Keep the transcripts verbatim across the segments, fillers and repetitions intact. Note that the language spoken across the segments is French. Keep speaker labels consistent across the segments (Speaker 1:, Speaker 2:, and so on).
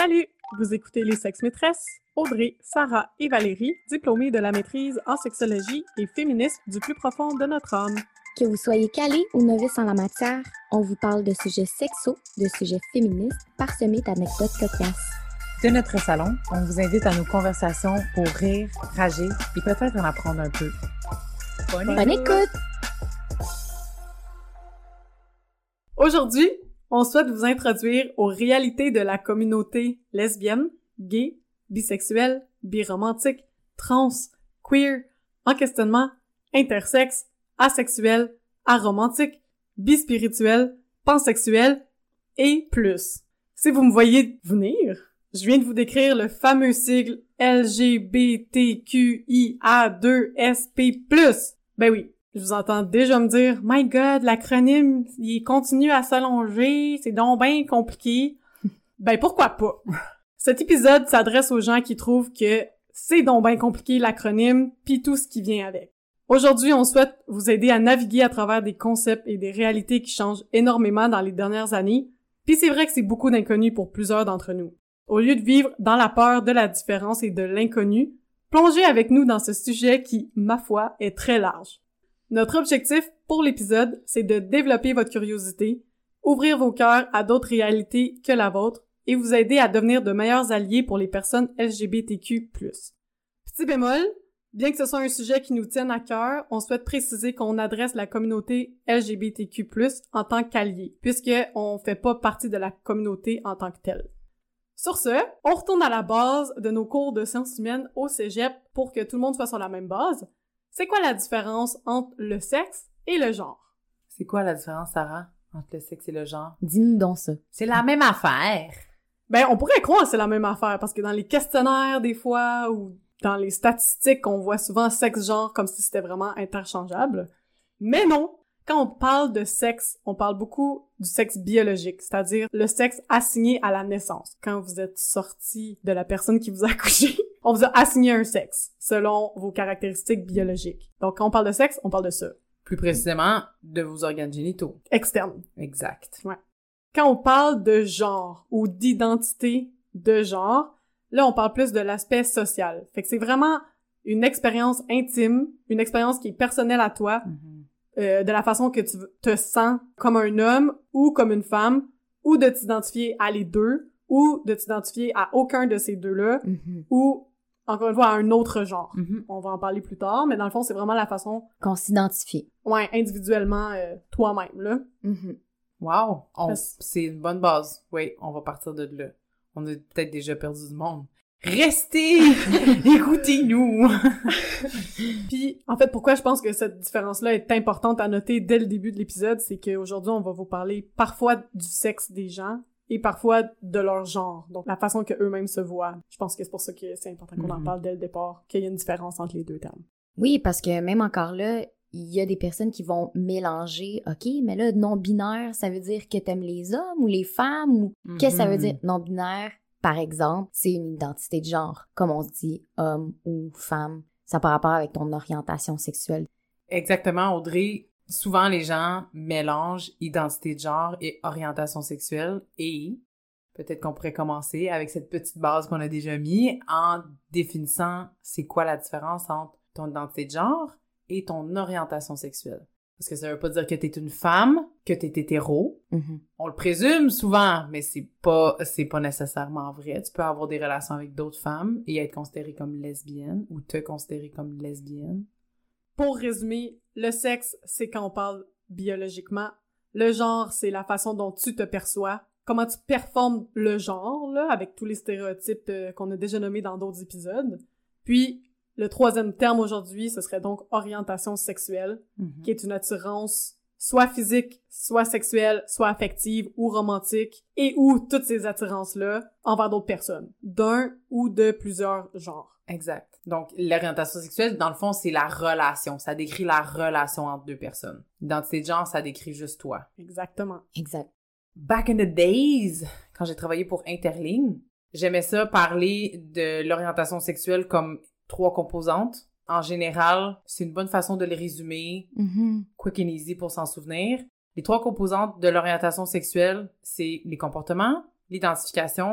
Speaker 1: Salut! Vous écoutez Les Sexes Maîtresses, Audrey, Sarah et Valérie, diplômées de la maîtrise en sexologie et féministes du plus profond de notre âme.
Speaker 2: Que vous soyez calé ou novice en la matière, on vous parle de sujets sexos, de sujets féministes, parsemés d'anecdotes cocasses.
Speaker 3: De notre salon, on vous invite à nos conversations pour rire, rager et peut-être en apprendre un peu.
Speaker 2: Bonne, Bonne écoute! écoute.
Speaker 1: Aujourd'hui, on souhaite vous introduire aux réalités de la communauté lesbienne, gay, bisexuelle, biromantique, trans, queer, en questionnement, intersexe, asexuel, aromantique, bispirituel, pansexuel et plus. Si vous me voyez venir, je viens de vous décrire le fameux sigle L G B T Q I A deux S P plus. Ben oui, je vous entends déjà me dire « My God, l'acronyme, il continue à s'allonger, c'est donc bien compliqué. » Ben pourquoi pas? Cet épisode s'adresse aux gens qui trouvent que c'est donc bien compliqué l'acronyme pis tout ce qui vient avec. Aujourd'hui, on souhaite vous aider à naviguer à travers des concepts et des réalités qui changent énormément dans les dernières années, pis c'est vrai que c'est beaucoup d'inconnus pour plusieurs d'entre nous. Au lieu de vivre dans la peur de la différence et de l'inconnu, plongez avec nous dans ce sujet qui, ma foi, est très large. Notre objectif pour l'épisode, c'est de développer votre curiosité, ouvrir vos cœurs à d'autres réalités que la vôtre et vous aider à devenir de meilleurs alliés pour les personnes L G B T Q plus. Petit bémol, bien que ce soit un sujet qui nous tienne à cœur, on souhaite préciser qu'on adresse la communauté L G B T Q plus en tant qu'allié, puisqu'on fait pas partie de la communauté en tant que telle. Sur ce, on retourne à la base de nos cours de sciences humaines au cégep pour que tout le monde soit sur la même base. C'est quoi la différence entre le sexe et le genre?
Speaker 3: C'est quoi la différence, Sarah, entre le sexe et le genre?
Speaker 2: Dis-nous donc ça.
Speaker 3: C'est la même affaire!
Speaker 1: Ben, on pourrait croire que c'est la même affaire, parce que dans les questionnaires, des fois, ou dans les statistiques, on voit souvent sexe-genre comme si c'était vraiment interchangeable. Mais non! Quand on parle de sexe, on parle beaucoup du sexe biologique, c'est-à-dire le sexe assigné à la naissance. Quand vous êtes sorti de la personne qui vous a accouché, on vous a assigné un sexe, selon vos caractéristiques biologiques. Donc, quand on parle de sexe, on parle de ça.
Speaker 3: Plus précisément, de vos organes génitaux.
Speaker 1: Externes.
Speaker 3: Exact.
Speaker 1: Ouais. Quand on parle de genre ou d'identité de genre, là, on parle plus de l'aspect social. Fait que c'est vraiment une expérience intime, une expérience qui est personnelle à toi, mm-hmm. euh, de la façon que tu te sens comme un homme ou comme une femme, ou de t'identifier à les deux, ou de t'identifier à aucun de ces deux-là, mm-hmm. ou encore une fois, à un autre genre. Mm-hmm. On va en parler plus tard, mais dans le fond, c'est vraiment la façon...
Speaker 2: qu'on s'identifie.
Speaker 1: Ouais, individuellement, euh, toi-même, là.
Speaker 2: Mm-hmm.
Speaker 3: Wow! On, c'est une bonne base. Oui, on va partir de là. On a peut-être déjà perdu du monde. Restez! Écoutez-nous!
Speaker 1: Puis, en fait, pourquoi je pense que cette différence-là est importante à noter dès le début de l'épisode, c'est qu'aujourd'hui, on va vous parler parfois du sexe des gens, et parfois de leur genre, donc la façon que eux-mêmes se voient. Je pense que c'est pour ça que c'est important qu'on mm-hmm. en parle dès le départ, qu'il y a une différence entre les deux termes.
Speaker 2: Oui, parce que même encore là, il y a des personnes qui vont mélanger, OK, mais là, non-binaire, ça veut dire que t'aimes les hommes ou les femmes, ou mm-hmm. qu'est-ce que ça veut dire? Non-binaire, par exemple, c'est une identité de genre, comme on se dit homme ou femme, ça par rapport avec ton orientation sexuelle.
Speaker 3: Exactement, Audrey. Souvent, les gens mélangent identité de genre et orientation sexuelle et peut-être qu'on pourrait commencer avec cette petite base qu'on a déjà mis en définissant c'est quoi la différence entre ton identité de genre et ton orientation sexuelle. Parce que ça veut pas dire que t'es une femme, que t'es hétéro. Mm-hmm. On le présume souvent, mais c'est pas, c'est pas nécessairement vrai. Tu peux avoir des relations avec d'autres femmes et être considérée comme lesbienne ou te considérer comme lesbienne.
Speaker 1: Pour résumer, le sexe, c'est quand on parle biologiquement. Le genre, c'est la façon dont tu te perçois, comment tu performes le genre, là, avec tous les stéréotypes euh, qu'on a déjà nommés dans d'autres épisodes. Puis, le troisième terme aujourd'hui, ce serait donc orientation sexuelle, mm-hmm. qui est une attirance soit physique, soit sexuelle, soit affective ou romantique, et ou toutes ces attirances-là envers d'autres personnes, d'un ou de plusieurs genres.
Speaker 3: Exact. Donc, l'orientation sexuelle, dans le fond, c'est la relation. Ça décrit la relation entre deux personnes. L'identité de genre, ça décrit juste toi.
Speaker 1: Exactement.
Speaker 2: Exact.
Speaker 3: Back in the days, quand j'ai travaillé pour Interligne, j'aimais ça parler de l'orientation sexuelle comme trois composantes. En général, c'est une bonne façon de les résumer, mm-hmm. quick and easy pour s'en souvenir. Les trois composantes de l'orientation sexuelle, c'est les comportements, l'identification,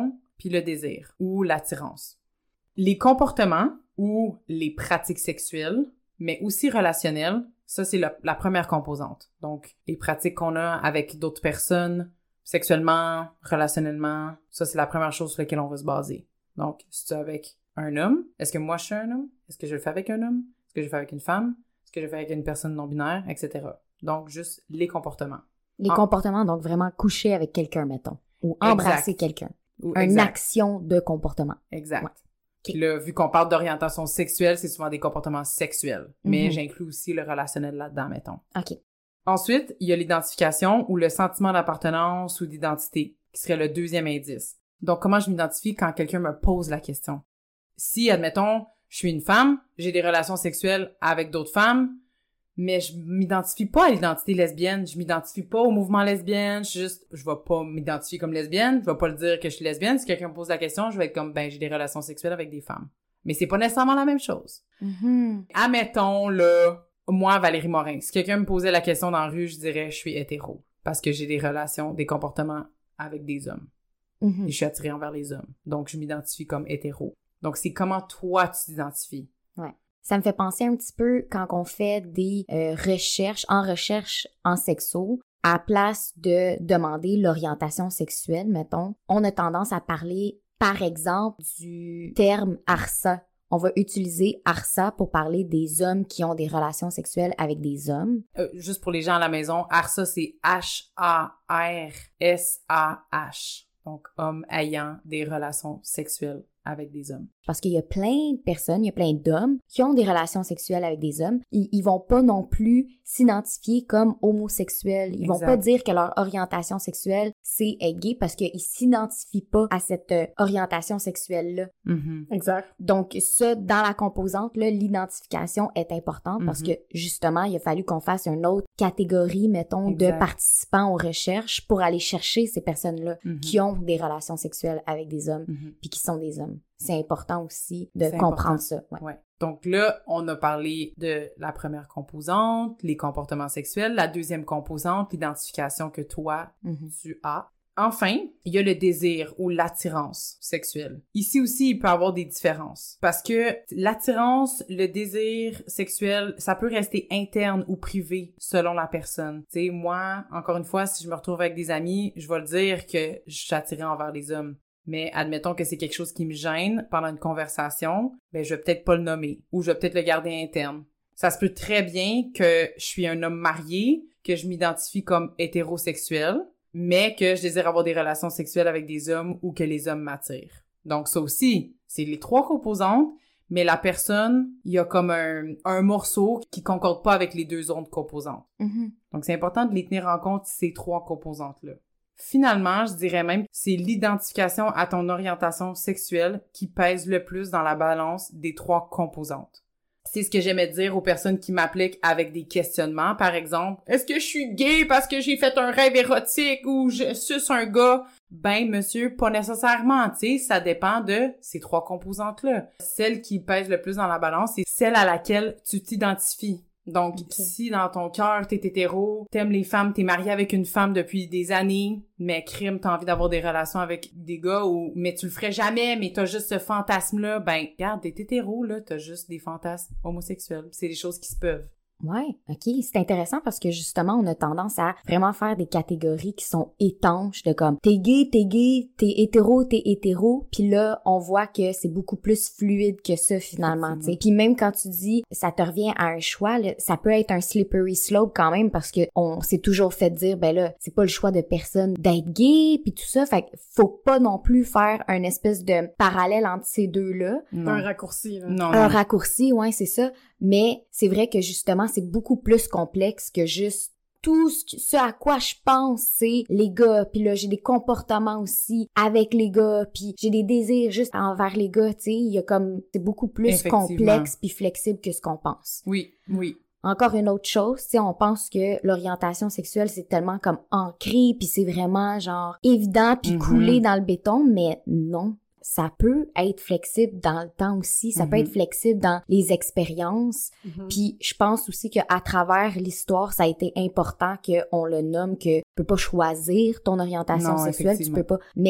Speaker 3: puis le désir ou l'attirance. Les comportements ou les pratiques sexuelles, mais aussi relationnelles, ça, c'est la, la première composante. Donc, les pratiques qu'on a avec d'autres personnes, sexuellement, relationnellement, ça, c'est la première chose sur laquelle on va se baser. Donc, si tu es avec un homme, est-ce que moi, je suis un homme? Est-ce que je le fais avec un homme? Est-ce que je le fais avec une femme? Est-ce que je le fais avec une personne non-binaire? Etc. Donc, juste les comportements.
Speaker 2: Les
Speaker 3: en...
Speaker 2: comportements, donc vraiment coucher avec quelqu'un, mettons, ou embrasser exact. quelqu'un. Ou, Une exact. action de comportement.
Speaker 3: Exact.
Speaker 2: Ouais.
Speaker 3: Puis là, vu qu'on parle d'orientation sexuelle, c'est souvent des comportements sexuels. Mm-hmm. Mais j'inclus aussi le relationnel là-dedans, mettons.
Speaker 2: OK.
Speaker 3: Ensuite, il y a l'identification ou le sentiment d'appartenance ou d'identité, qui serait le deuxième indice. Donc, comment je m'identifie quand quelqu'un me pose la question? Si, admettons, je suis une femme, j'ai des relations sexuelles avec d'autres femmes, mais je m'identifie pas à l'identité lesbienne, je m'identifie pas au mouvement lesbienne, je juste, je vais pas m'identifier comme lesbienne, je vais pas le dire que je suis lesbienne. Si quelqu'un me pose la question, je vais être comme, ben, j'ai des relations sexuelles avec des femmes. Mais c'est pas nécessairement la même chose.
Speaker 2: Mm-hmm.
Speaker 3: Admettons, là, moi, Valérie Morin, si quelqu'un me posait la question dans la rue, je dirais, je suis hétéro. Parce que j'ai des relations, des comportements avec des hommes.
Speaker 2: Mm-hmm.
Speaker 3: Et je suis attirée envers les hommes. Donc, je m'identifie comme hétéro. Donc, c'est comment toi, tu t'identifies.
Speaker 2: Ouais. Ça me fait penser un petit peu quand on fait des euh, recherches, en recherche en sexo, à place de demander l'orientation sexuelle, mettons, on a tendance à parler, par exemple, du terme A R S A. On va utiliser A R S A pour parler des hommes qui ont des relations sexuelles avec des hommes.
Speaker 3: Euh, juste pour les gens à la maison, A R S A, c'est H A R S A H. Donc, homme ayant des relations sexuelles avec des hommes.
Speaker 2: Parce qu'il y a plein de personnes, il y a plein d'hommes qui ont des relations sexuelles avec des hommes. Ils, ils vont pas non plus s'identifier comme homosexuels. Ils exact. Vont pas dire que leur orientation sexuelle, c'est être gay parce qu'ils s'identifient pas à cette euh, orientation sexuelle-là.
Speaker 3: Mm-hmm.
Speaker 1: Exact.
Speaker 2: Donc, ça, dans la composante, là, l'identification est importante mm-hmm. parce que, justement, il a fallu qu'on fasse une autre catégorie, mettons, exact. De participants aux recherches pour aller chercher ces personnes-là mm-hmm. qui ont des relations sexuelles avec des hommes mm-hmm. puis qui sont des hommes. C'est important aussi de c'est comprendre important. Ça. Ouais.
Speaker 3: Ouais. Donc là, on a parlé de la première composante, les comportements sexuels. La deuxième composante, l'identification que toi, mm-hmm. tu as. Enfin, il y a le désir ou l'attirance sexuelle. Ici aussi, il peut y avoir des différences. Parce que l'attirance, le désir sexuel, ça peut rester interne ou privé selon la personne. Tu sais, moi, encore une fois, si je me retrouve avec des amis, je vais le dire que je suis attirée envers les hommes. Mais admettons que c'est quelque chose qui me gêne pendant une conversation, ben je vais peut-être pas le nommer ou je vais peut-être le garder interne. Ça se peut très bien que je suis un homme marié, que je m'identifie comme hétérosexuel, mais que je désire avoir des relations sexuelles avec des hommes ou que les hommes m'attirent. Donc ça aussi, c'est les trois composantes, mais la personne, il y a comme un, un morceau qui concorde pas avec les deux autres composantes.
Speaker 2: Mm-hmm.
Speaker 3: Donc c'est important de les tenir en compte, ces trois composantes-là. Finalement, je dirais même que c'est l'identification à ton orientation sexuelle qui pèse le plus dans la balance des trois composantes. C'est ce que j'aimais dire aux personnes qui m'appliquent avec des questionnements, par exemple. Est-ce que je suis gay parce que j'ai fait un rêve érotique ou je suce un gars? Ben, monsieur, pas nécessairement, tu sais, ça dépend de ces trois composantes-là. Celle qui pèse le plus dans la balance, c'est celle à laquelle tu t'identifies. Donc, okay. Si dans ton cœur, t'es hétéro, t'aimes les femmes, t'es marié avec une femme depuis des années, mais crime, t'as envie d'avoir des relations avec des gars, ou mais tu le ferais jamais, mais t'as juste ce fantasme-là, ben, regarde, t'es hétéro, là, t'as juste des fantasmes homosexuels. C'est des choses qui se peuvent.
Speaker 2: Ouais, ok, c'est intéressant parce que justement, on a tendance à vraiment faire des catégories qui sont étanches, de comme t'es gay, t'es gay, t'es hétéro, t'es hétéro, puis là, on voit que c'est beaucoup plus fluide que ça finalement, tu sais. Puis même quand tu dis ça te revient à un choix, là, ça peut être un slippery slope quand même parce que on s'est toujours fait dire ben là, c'est pas le choix de personne d'être gay puis tout ça, fait faut pas non plus faire un espèce de parallèle entre ces deux-là.
Speaker 1: Non. Un raccourci, là.
Speaker 3: Non,
Speaker 2: un
Speaker 3: non.
Speaker 2: raccourci, ouais, c'est ça. Mais c'est vrai que justement, c'est beaucoup plus complexe que juste tout ce, que, ce à quoi je pense, c'est les gars. Puis là, j'ai des comportements aussi avec les gars. Puis j'ai des désirs juste envers les gars, tu sais. Il y a comme, c'est beaucoup plus complexe puis flexible que ce qu'on pense.
Speaker 3: Oui, oui.
Speaker 2: Encore une autre chose, tu sais, on pense que l'orientation sexuelle, c'est tellement comme ancré puis c'est vraiment genre évident puis mm-hmm. coulé dans le béton, mais non. Ça peut être flexible dans le temps aussi, ça mm-hmm. peut être flexible dans les expériences. Mm-hmm. Puis je pense aussi qu'à travers l'histoire, ça a été important qu'on le nomme que tu peux pas choisir ton orientation non, sexuelle, tu peux pas. Mais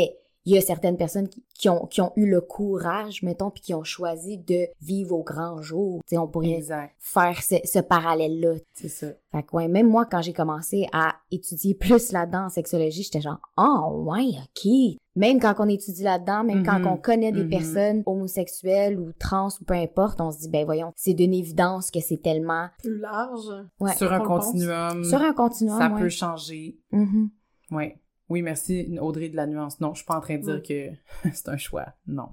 Speaker 2: il y a certaines personnes qui, qui ont qui ont eu le courage, mettons, puis qui ont choisi de vivre au grand jour. Tu sais, on pourrait
Speaker 3: Exact.
Speaker 2: faire ce, ce parallèle-là.
Speaker 3: C'est ça.
Speaker 2: Fait que ouais, même moi, quand j'ai commencé à étudier plus là-dedans en sexologie, j'étais genre « Ah, oh, ouais, OK! » Même quand on étudie là-dedans, même
Speaker 3: Mm-hmm.
Speaker 2: quand on connaît des
Speaker 3: Mm-hmm.
Speaker 2: personnes homosexuelles ou trans ou peu importe, on se dit « Ben voyons, c'est d'une évidence que c'est tellement...
Speaker 1: Plus large. »
Speaker 2: Ouais.
Speaker 3: Sur un
Speaker 1: on le pense.
Speaker 3: continuum,
Speaker 2: Sur un continuum,
Speaker 3: ça
Speaker 2: ouais.
Speaker 3: peut changer.
Speaker 2: Mhm.
Speaker 3: Ouais. Oui, merci Audrey de la nuance. Non, je suis pas en train de dire
Speaker 1: Mm.
Speaker 3: que c'est un choix. Non.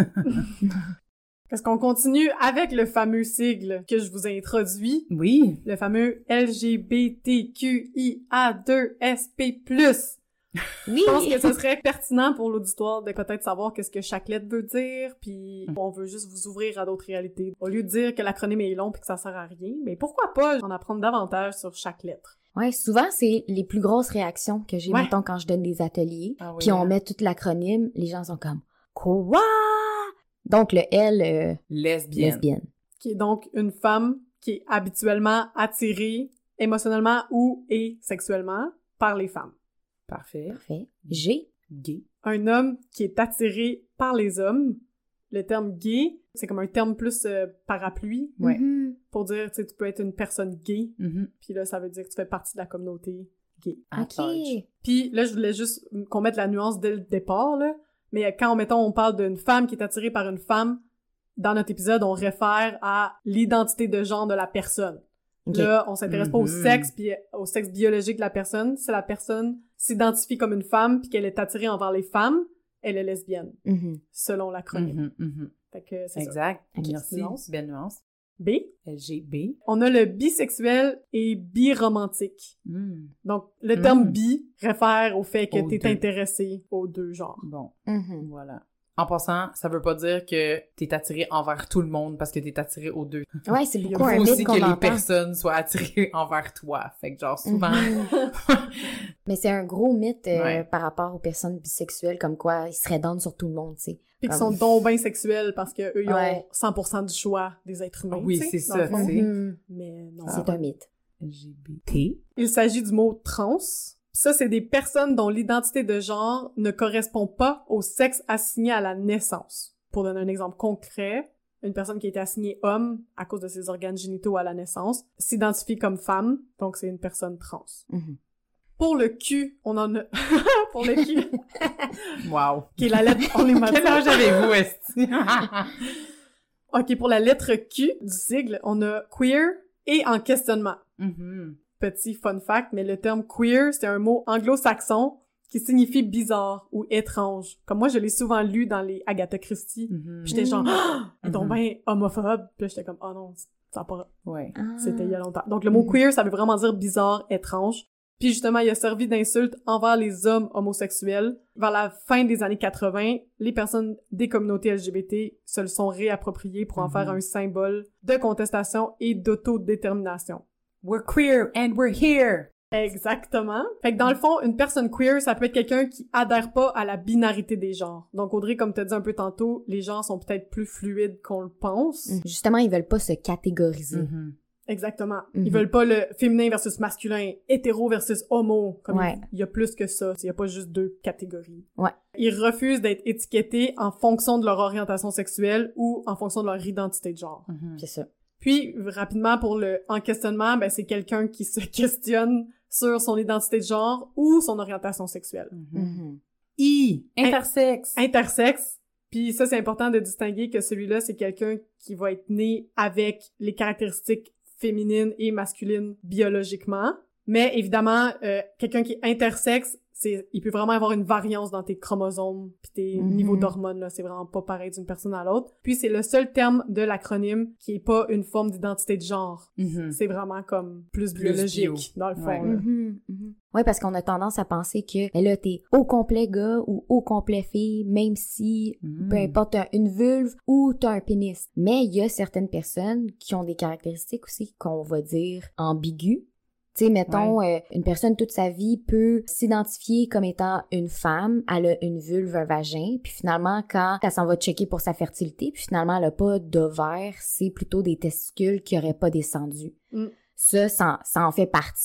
Speaker 1: Parce qu'on continue avec le fameux sigle que je vous ai introduit,
Speaker 3: Oui.
Speaker 1: le fameux L G B T Q I A deux S P plus.
Speaker 2: Oui!
Speaker 1: Je pense que ce serait pertinent pour l'auditoire de peut-être savoir qu'est-ce que chaque lettre veut dire, puis on veut juste vous ouvrir à d'autres réalités. Au lieu de dire que l'acronyme est long puis que ça sert à rien, mais pourquoi pas en apprendre davantage sur chaque lettre?
Speaker 2: Ouais, souvent, c'est les plus grosses réactions que j'ai,
Speaker 1: Ouais.
Speaker 2: mettons, quand je donne des ateliers.
Speaker 3: Ah oui,
Speaker 2: Puis on
Speaker 3: hein.
Speaker 2: met tout l'acronyme, les gens sont comme « Quoi? » Donc, le L, euh,
Speaker 3: Lesbienne.
Speaker 2: lesbienne.
Speaker 1: Qui est donc une femme qui est habituellement attirée émotionnellement ou et sexuellement par les femmes.
Speaker 3: Parfait.
Speaker 2: Parfait. G,
Speaker 3: Gay.
Speaker 1: Un homme qui est attiré par les hommes. Le terme gay, c'est comme un terme plus euh, parapluie
Speaker 3: Ouais.
Speaker 2: Mhm.
Speaker 1: pour dire, tu sais, tu peux être une personne gay,
Speaker 3: Mhm.
Speaker 1: puis là, ça veut dire que tu fais partie de la communauté gay.
Speaker 3: À
Speaker 2: OK.
Speaker 3: large.
Speaker 1: Puis là, je voulais juste qu'on mette la nuance dès le départ, là. Mais quand, mettons, on parle d'une femme qui est attirée par une femme, dans notre épisode, on réfère à l'identité de genre de la personne.
Speaker 2: OK.
Speaker 1: Là, on s'intéresse pas au
Speaker 3: Mhm.
Speaker 1: sexe puis au sexe biologique de la personne. Si la personne s'identifie comme une femme puis qu'elle est attirée envers les femmes, elle est lesbienne,
Speaker 2: Mhm.
Speaker 1: selon l'acronyme.
Speaker 3: Mhm. Mhm.
Speaker 1: Fait que c'est ça.
Speaker 3: Exact.
Speaker 2: Ok.
Speaker 3: Merci.
Speaker 1: Nuance.
Speaker 3: Belle nuance.
Speaker 1: B,
Speaker 3: L G B.
Speaker 1: on a le bisexuel et biromantique.
Speaker 3: Mm.
Speaker 1: Donc, le terme
Speaker 3: Mm.
Speaker 1: bi réfère au fait que
Speaker 3: Aux
Speaker 1: t'es
Speaker 3: deux.
Speaker 1: intéressé aux deux genres.
Speaker 3: Bon.
Speaker 2: Mhm.
Speaker 3: Voilà. En passant, ça veut pas dire que t'es attiré envers tout le monde parce que t'es attiré aux deux.
Speaker 2: Ouais, c'est
Speaker 1: Il
Speaker 2: beaucoup
Speaker 3: Il
Speaker 2: un
Speaker 3: faut
Speaker 2: mythe
Speaker 3: aussi
Speaker 2: qu'on
Speaker 3: que les
Speaker 2: entend.
Speaker 3: personnes soient attirées envers toi. Fait que genre souvent...
Speaker 2: Mhm. Mais c'est un gros mythe euh,
Speaker 3: Ouais.
Speaker 2: par rapport aux personnes bisexuelles, comme quoi ils seraient down sur tout le monde, tu sais.
Speaker 1: Puis qu'ils
Speaker 2: Comme-
Speaker 1: sont donc bien sexuels parce que eux ils
Speaker 2: Ouais.
Speaker 1: ont cent pour cent du choix des êtres humains.
Speaker 3: Oui,
Speaker 1: tu sais,
Speaker 3: c'est
Speaker 1: dans le
Speaker 3: ça,
Speaker 1: fond.
Speaker 3: tu sais.
Speaker 2: Mhm.
Speaker 1: Mais non.
Speaker 2: C'est un mythe.
Speaker 3: L G B T.
Speaker 1: Il s'agit du mot trans. Ça, c'est des personnes dont l'identité de genre ne correspond pas au sexe assigné à la naissance. Pour donner un exemple concret, une personne qui a été assignée homme à cause de ses organes génitaux à la naissance s'identifie comme femme, donc c'est une personne trans.
Speaker 2: Mhm.
Speaker 1: Pour le Q, on en a... pour le Q,
Speaker 3: Wow.
Speaker 1: qui est la lettre... On est
Speaker 3: Quel âge avez-vous, Esti?
Speaker 1: OK, pour la lettre Q du sigle, on a queer et en questionnement.
Speaker 3: Mhm.
Speaker 1: Petit fun fact, mais le terme queer, c'est un mot anglo-saxon qui signifie bizarre ou étrange. Comme moi, je l'ai souvent lu dans les Agatha Christie.
Speaker 3: Mhm.
Speaker 1: Puis j'étais genre, ah, ils sont
Speaker 3: Mhm.
Speaker 1: bien homophobes. Puis là, j'étais comme, oh non, ça a pas...
Speaker 3: Ouais.
Speaker 2: Ah.
Speaker 1: C'était il y a longtemps. Donc le mot
Speaker 2: Mhm.
Speaker 1: queer, ça veut vraiment dire bizarre, étrange. Puis justement, il a servi d'insulte envers les hommes homosexuels. Vers la fin des années quatre-vingts, les personnes des communautés L G B T se le sont réappropriées pour en
Speaker 3: Mhm.
Speaker 1: faire un symbole de contestation et d'autodétermination.
Speaker 3: We're queer and we're here.
Speaker 1: Exactement. Fait que dans le fond, une personne queer, ça peut être quelqu'un qui adhère pas à la binarité des genres. Donc Audrey, comme t'as dit un peu tantôt, les genres sont peut-être plus fluides qu'on le pense.
Speaker 2: Mhm. Justement, ils veulent pas se catégoriser.
Speaker 3: Mhm.
Speaker 1: Exactement.
Speaker 2: Mhm.
Speaker 1: Ils veulent pas le féminin versus masculin, hétéro versus homo. Comme
Speaker 2: Ouais.
Speaker 1: il y a plus que ça. Il y a pas juste deux catégories.
Speaker 2: Ouais.
Speaker 1: Ils refusent d'être étiquetés en fonction de leur orientation sexuelle ou en fonction de leur identité de genre.
Speaker 3: Mhm.
Speaker 2: C'est ça.
Speaker 1: Puis, rapidement, pour le en questionnement, ben, c'est quelqu'un qui se questionne sur son identité de genre ou son orientation sexuelle.
Speaker 3: Mhm.
Speaker 2: Mhm.
Speaker 3: I. Intersexe.
Speaker 1: Intersexe. Puis ça, c'est important de distinguer que celui-là, c'est quelqu'un qui va être né avec les caractéristiques féminines et masculines biologiquement. Mais évidemment, euh, quelqu'un qui est intersexe, c'est, il peut vraiment avoir une variance dans tes chromosomes pis tes
Speaker 2: Mhm.
Speaker 1: niveaux d'hormones, là. C'est vraiment pas pareil d'une personne à l'autre. Puis c'est le seul terme de l'acronyme qui est pas une forme d'identité de genre.
Speaker 3: Mhm.
Speaker 1: C'est vraiment comme plus,
Speaker 3: Plus
Speaker 1: biologique,
Speaker 3: bio.
Speaker 1: dans le fond,
Speaker 3: Ouais.
Speaker 1: là.
Speaker 2: Mhm, mhm. Ouais, parce qu'on a tendance à penser que ben là, t'es au complet gars ou au complet fille, même si
Speaker 3: Mhm.
Speaker 2: peu importe, t'as une vulve ou t'as un pénis. Mais il y a certaines personnes qui ont des caractéristiques aussi qu'on va dire ambiguës. Tu sais, mettons, euh, une personne toute sa vie peut s'identifier comme étant une femme, elle a une vulve, un vagin, puis finalement, quand elle s'en va checker pour sa fertilité, puis finalement, elle a pas d'ovaire, c'est plutôt des testicules qui auraient pas descendu.
Speaker 1: Mm.
Speaker 2: Ça, ça, ça en fait partie
Speaker 3: Ouais.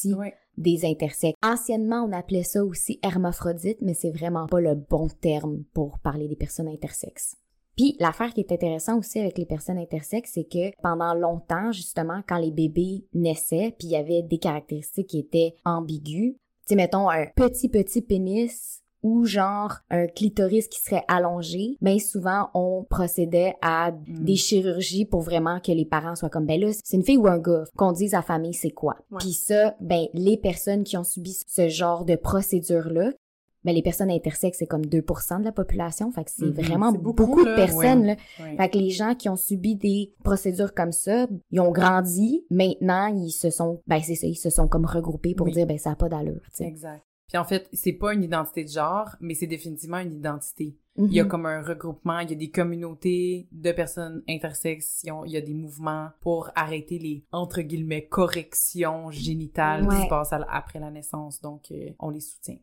Speaker 2: des intersexes. Anciennement, on appelait ça aussi hermaphrodite, mais c'est vraiment pas le bon terme pour parler des personnes intersexes. Puis l'affaire qui est intéressante aussi avec les personnes intersexes, c'est que pendant longtemps, justement, quand les bébés naissaient, puis il y avait des caractéristiques qui étaient ambiguës, tu sais, mettons un petit, petit pénis ou genre un clitoris qui serait allongé, ben souvent on procédait à mm. des chirurgies pour vraiment que les parents soient comme, ben là, c'est une fille ou un gars, qu'on dise à la famille c'est quoi. Ouais. Puis ça, ben les personnes qui ont subi ce genre de procédure-là, ben les personnes intersexes, c'est comme deux pour cent de la population, fait que c'est mm-hmm. vraiment c'est beaucoup, beaucoup de personnes, ouais. là. Ouais. Fait que les gens qui ont subi des procédures comme ça, ils ont grandi, maintenant ils se sont, ben c'est ça, ils se sont comme regroupés pour oui. dire, ben ça a pas d'allure, tu sais.
Speaker 3: Exact. Puis en fait, c'est pas une identité de genre, mais c'est définitivement une identité. Mm-hmm. Il y a comme un regroupement, il y a des communautés de personnes intersexes, il y a des mouvements pour arrêter les, entre guillemets, corrections génitales ouais. qui se passent à, après la naissance. Donc, euh, on les soutient.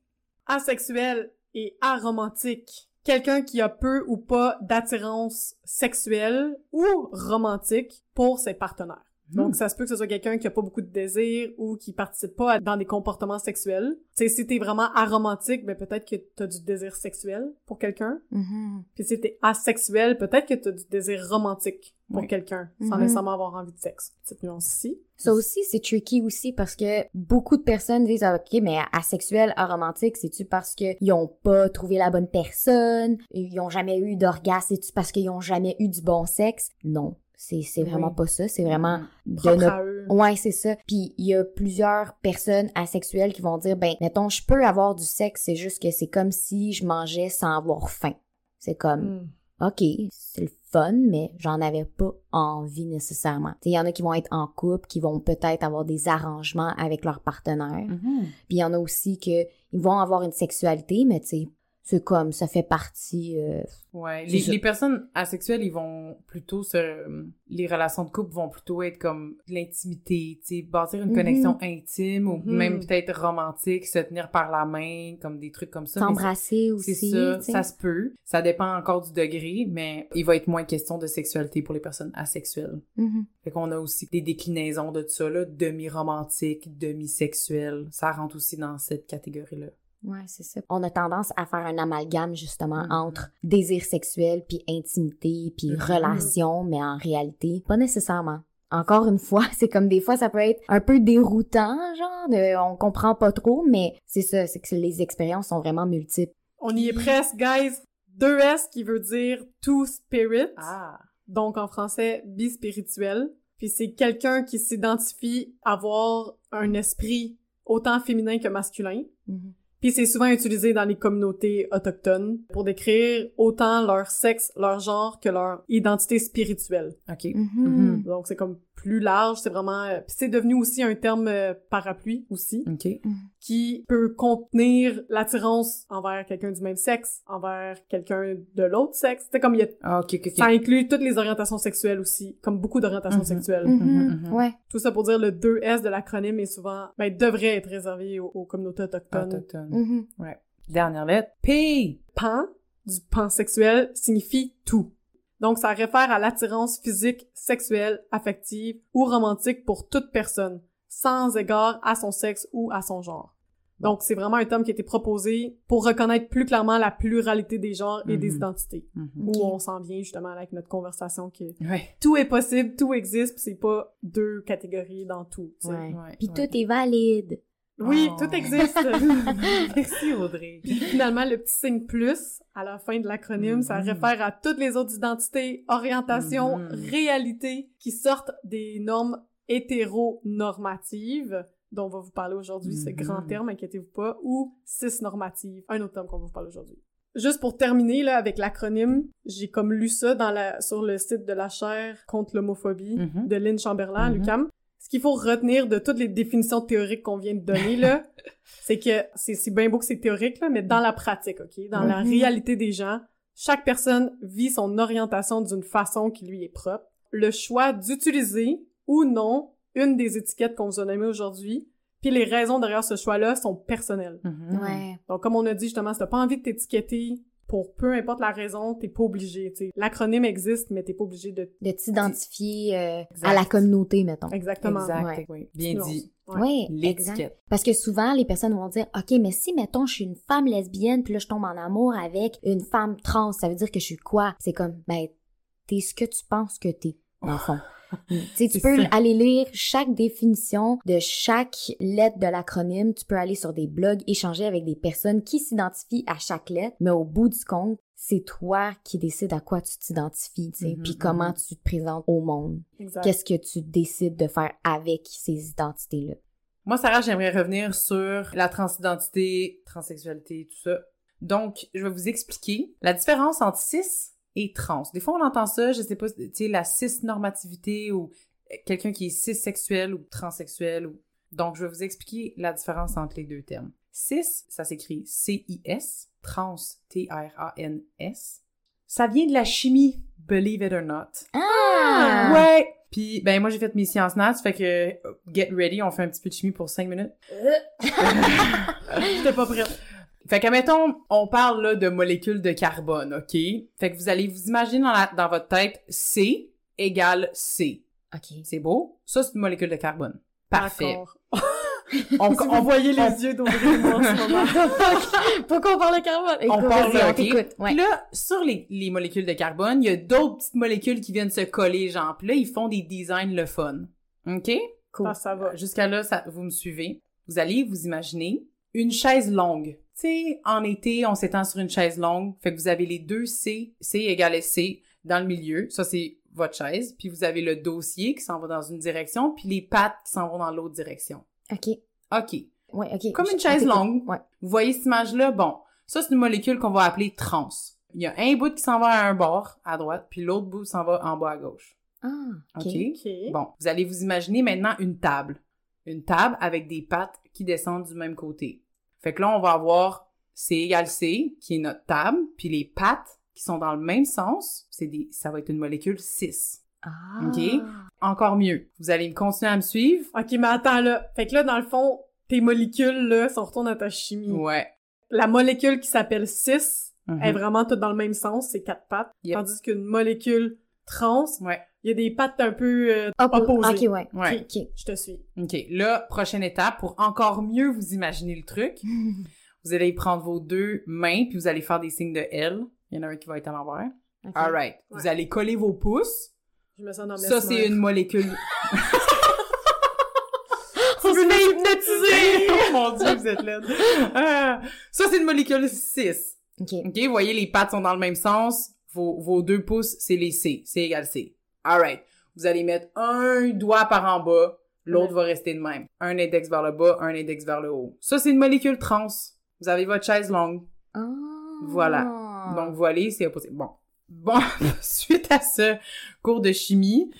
Speaker 1: Asexuel et aromantique. Quelqu'un qui a peu ou pas d'attirance sexuelle ou romantique pour ses partenaires. Donc, ça se peut que ce soit quelqu'un qui a pas beaucoup de désir ou qui participe pas dans des comportements sexuels. Tu sais, si t'es vraiment aromantique, ben peut-être que t'as du désir sexuel pour quelqu'un. Mm-hmm. Puis si t'es asexuel, peut-être que t'as du désir romantique pour oui. quelqu'un, sans mm-hmm. nécessairement avoir envie de sexe. Cette nuance ici.
Speaker 2: Ça aussi, c'est tricky aussi parce que beaucoup de personnes disent ah, « OK, mais asexuel, aromantique, c'est-tu parce qu'ils ont pas trouvé la bonne personne? Ils ont jamais eu d'orgasme? C'est-tu parce qu'ils ont jamais eu du bon sexe? » Non. C'est, c'est vraiment oui. pas ça, c'est vraiment de
Speaker 1: propre à eux.
Speaker 2: Ouais, c'est ça. Puis il y a plusieurs personnes asexuelles qui vont dire, ben, mettons, je peux avoir du sexe, c'est juste que c'est comme si je mangeais sans avoir faim. C'est comme, mm. OK, c'est le fun, mais j'en avais pas envie nécessairement. Il y en a qui vont être en couple, qui vont peut-être avoir des arrangements avec leur partenaire. Mm-hmm. Puis il y en a aussi que ils vont avoir une sexualité, mais tu sais, c'est comme, ça fait partie... Euh,
Speaker 3: ouais, les, les personnes asexuelles, ils vont plutôt se... Les relations de couple vont plutôt être comme l'intimité, tu sais, bâtir une mm-hmm. connexion intime ou mm-hmm. même peut-être romantique, se tenir par la main, comme des trucs comme ça.
Speaker 2: S'embrasser aussi,
Speaker 3: c'est ça,
Speaker 2: t'sais.
Speaker 3: Ça se peut. Ça dépend encore du degré, mais il va être moins question de sexualité pour les personnes asexuelles. Mm-hmm. Fait qu'on a aussi des déclinaisons de ça, là, demi-romantique, demi-sexuel. Ça rentre aussi dans cette catégorie-là.
Speaker 2: Ouais, c'est ça. On a tendance à faire un amalgame, justement, mmh. entre désir sexuel, puis intimité, puis mmh. relation, mais en réalité, pas nécessairement. Encore une fois, c'est comme des fois, ça peut être un peu déroutant, genre, de, on comprend pas trop, mais c'est ça, c'est que les expériences sont vraiment multiples.
Speaker 1: On y est presque, guys! deux S qui veut dire « two spirit ah. », donc en français, bispirituel. Puis c'est quelqu'un qui s'identifie avoir un esprit autant féminin que masculin. Mmh. Puis c'est souvent utilisé dans les communautés autochtones pour décrire autant leur sexe, leur genre que leur identité spirituelle.
Speaker 3: OK.
Speaker 1: Mm-hmm. Donc c'est comme plus large, c'est vraiment... Euh, puis c'est devenu aussi un terme euh, parapluie aussi.
Speaker 3: OK. Mm-hmm.
Speaker 1: Qui peut contenir l'attirance envers quelqu'un du même sexe, envers quelqu'un de l'autre sexe. C'est comme il y a...
Speaker 3: Ah, OK, OK, OK.
Speaker 1: Ça inclut toutes les orientations sexuelles aussi, comme beaucoup d'orientations mm-hmm. sexuelles.
Speaker 2: Mm-hmm. Mm-hmm. Ouais.
Speaker 1: Tout ça pour dire le deux S de l'acronyme est souvent... Ben, devrait être réservé aux, aux communautés autochtones.
Speaker 3: Autochtones.
Speaker 2: Mm-hmm.
Speaker 3: Ouais. Dernière lettre. P.
Speaker 1: Pan, du pansexuel, signifie tout. Donc, ça réfère à l'attirance physique, sexuelle, affective ou romantique pour toute personne, sans égard à son sexe ou à son genre. Donc, c'est vraiment un terme qui a été proposé pour reconnaître plus clairement la pluralité des genres et mm-hmm. des identités. Mm-hmm. Où okay. on s'en vient justement avec notre conversation que
Speaker 3: ouais.
Speaker 1: tout est possible, tout existe, pis c'est pas deux catégories dans tout.
Speaker 2: Ouais. Ouais. Puis
Speaker 3: ouais.
Speaker 2: tout est valide.
Speaker 1: Oui,
Speaker 3: oh.
Speaker 1: tout existe.
Speaker 3: Merci Audrey.
Speaker 1: Puis finalement, le petit signe plus à la fin de l'acronyme, mm-hmm. ça réfère à toutes les autres identités, orientations, mm-hmm. réalités qui sortent des normes hétéronormatives, dont on va vous parler aujourd'hui, mm-hmm. ce grand terme, inquiétez-vous pas, ou cisnormatives, un autre terme qu'on va vous parler aujourd'hui. Juste pour terminer là avec l'acronyme, j'ai comme lu ça dans la sur le site de la chaire contre l'homophobie mm-hmm. de Lynn Chamberlain à mm-hmm. l'U Q A M. Ce qu'il faut retenir de toutes les définitions théoriques qu'on vient de donner, là, c'est que c'est, c'est bien beau que c'est théorique, là, mais dans la pratique, OK? Dans mm-hmm. la réalité des gens, chaque personne vit son orientation d'une façon qui lui est propre. Le choix d'utiliser ou non une des étiquettes qu'on vous a nommées aujourd'hui, puis les raisons derrière ce choix-là sont personnelles.
Speaker 2: Mm-hmm. Ouais.
Speaker 1: Donc, comme on a dit, justement, si t'as pas envie de t'étiqueter pour peu importe la raison, t'es pas obligé, tu sais. L'acronyme existe, mais t'es pas obligé de...
Speaker 2: De t'identifier euh, à la communauté, mettons.
Speaker 1: Exactement.
Speaker 3: Exact,
Speaker 2: Ouais.
Speaker 3: oui. Bien dit.
Speaker 1: Ouais.
Speaker 2: Oui,
Speaker 3: L'étiquette.
Speaker 2: exact. Parce que souvent, les personnes vont dire, OK, mais si, mettons, je suis une femme lesbienne, puis là, je tombe en amour avec une femme trans, ça veut dire que je suis quoi? C'est comme, ben, t'es ce que tu penses que t'es, dans le fond. Tu sais, tu peux
Speaker 3: ça.
Speaker 2: aller lire chaque définition de chaque lettre de l'acronyme. Tu peux aller sur des blogs, échanger avec des personnes qui s'identifient à chaque lettre. Mais au bout du compte, c'est toi qui décides à quoi tu t'identifies, tu sais,
Speaker 3: Mhm,
Speaker 2: puis comment tu te présentes au monde.
Speaker 1: Exact.
Speaker 2: Qu'est-ce que tu décides de faire avec ces identités-là?
Speaker 3: Moi, Sarah, j'aimerais revenir sur la transidentité, transsexualité, tout ça. Donc, je vais vous expliquer la différence entre cis et trans. Des fois, on entend ça, je sais pas, tu sais, la cis-normativité ou quelqu'un qui est cis-sexuel ou transsexuel. Ou... Donc, je vais vous expliquer la différence entre les deux termes. Cis, ça s'écrit C I S, trans, T R A N S. Ça vient de la chimie, believe it or not.
Speaker 2: Ah!
Speaker 3: Ouais! Puis, ben, moi, j'ai fait mes sciences nat, fait que, get ready, on fait un petit peu de chimie pour cinq minutes.
Speaker 1: J'étais pas prête.
Speaker 3: Fait que, mettons, on parle, là, de molécules de carbone, OK? Fait que vous allez vous imaginer dans, la, dans votre tête, C égale C.
Speaker 2: OK.
Speaker 3: C'est beau? Ça, c'est une molécule de carbone. Parfait.
Speaker 1: D'accord.
Speaker 3: On,
Speaker 1: Si
Speaker 3: on
Speaker 1: vous voyez les
Speaker 3: on-
Speaker 1: yeux d'Audrey en ce moment.
Speaker 2: Pourquoi on parle de carbone?
Speaker 3: On
Speaker 2: Écoute,
Speaker 3: parle
Speaker 2: vas-y,
Speaker 3: là,
Speaker 2: on
Speaker 3: OK?
Speaker 2: t'écoute. Ouais.
Speaker 3: Puis là, sur les, les molécules de carbone, il y a d'autres petites molécules qui viennent se coller, genre. Puis là, ils font des designs le fun. OK?
Speaker 2: Cool.
Speaker 1: Ah, ça va.
Speaker 3: Jusqu'à là, ça, vous me suivez. Vous allez vous imaginer une chaise longue. Tu sais, en été, on s'étend sur une chaise longue. Fait que vous avez les deux C, C égale C, dans le milieu. Ça, c'est votre chaise. Puis vous avez le dossier qui s'en va dans une direction, puis les pattes qui s'en vont dans l'autre direction.
Speaker 2: OK.
Speaker 3: OK.
Speaker 2: Ouais, OK.
Speaker 3: Comme une
Speaker 2: Je-
Speaker 3: chaise
Speaker 2: on t'écoute.
Speaker 3: longue.
Speaker 2: Ouais.
Speaker 3: Vous voyez cette image-là? Bon, ça, c'est une molécule qu'on va appeler trans. Il y a un bout qui s'en va à un bord, à droite, puis l'autre bout s'en va en bas à gauche.
Speaker 2: Ah, OK.
Speaker 3: OK?
Speaker 1: OK.
Speaker 3: Bon, vous allez vous imaginer maintenant une table. Une table avec des pattes qui descendent du même côté. Fait que là, on va avoir C égale C, qui est notre table, puis les pattes qui sont dans le même sens, c'est des, ça va être une molécule cis.
Speaker 2: Ah.
Speaker 3: OK? Encore mieux. Vous allez continuer à me suivre?
Speaker 1: OK, mais attends, là. Fait que là, dans le fond, tes molécules, là, si on retourne à ta chimie,
Speaker 3: Ouais.
Speaker 1: la molécule qui s'appelle cis
Speaker 3: Mhm.
Speaker 1: est vraiment toute dans le même sens, c'est quatre pattes.
Speaker 3: Yep.
Speaker 1: Tandis qu'une molécule trans,
Speaker 3: Ouais.
Speaker 1: il y a des pattes un peu euh,
Speaker 2: Oppo-
Speaker 1: opposées.
Speaker 2: OK, ouais.
Speaker 3: Ouais.
Speaker 2: OK.
Speaker 1: Je te suis.
Speaker 3: OK. Là, prochaine étape, pour encore mieux vous imaginer le truc, vous allez prendre vos deux mains, puis vous allez faire des signes de L. Il y en a un qui va être à l'envers.
Speaker 2: OK.
Speaker 3: All right. Vous
Speaker 1: Ouais.
Speaker 3: allez coller vos pouces.
Speaker 1: Je me sens dans
Speaker 3: Ça, c'est une molécule...
Speaker 1: Tu veux m'hypnotiser!
Speaker 3: Oh mon Dieu, vous êtes laide. Ah. Ça, c'est une molécule cis.
Speaker 2: OK.
Speaker 3: OK? Vous voyez, les pattes sont dans le même sens. Vos, vos deux pouces, c'est les C. C égale C. All right. Vous allez mettre un doigt par en bas. L'autre va rester de même. Un index vers le bas, un index vers le haut. Ça, c'est une molécule trans. Vous avez votre chaise longue.
Speaker 2: Ah.
Speaker 3: Voilà. Donc, vous allez, c'est opposé. Bon. Bon, suite à ce cours de chimie...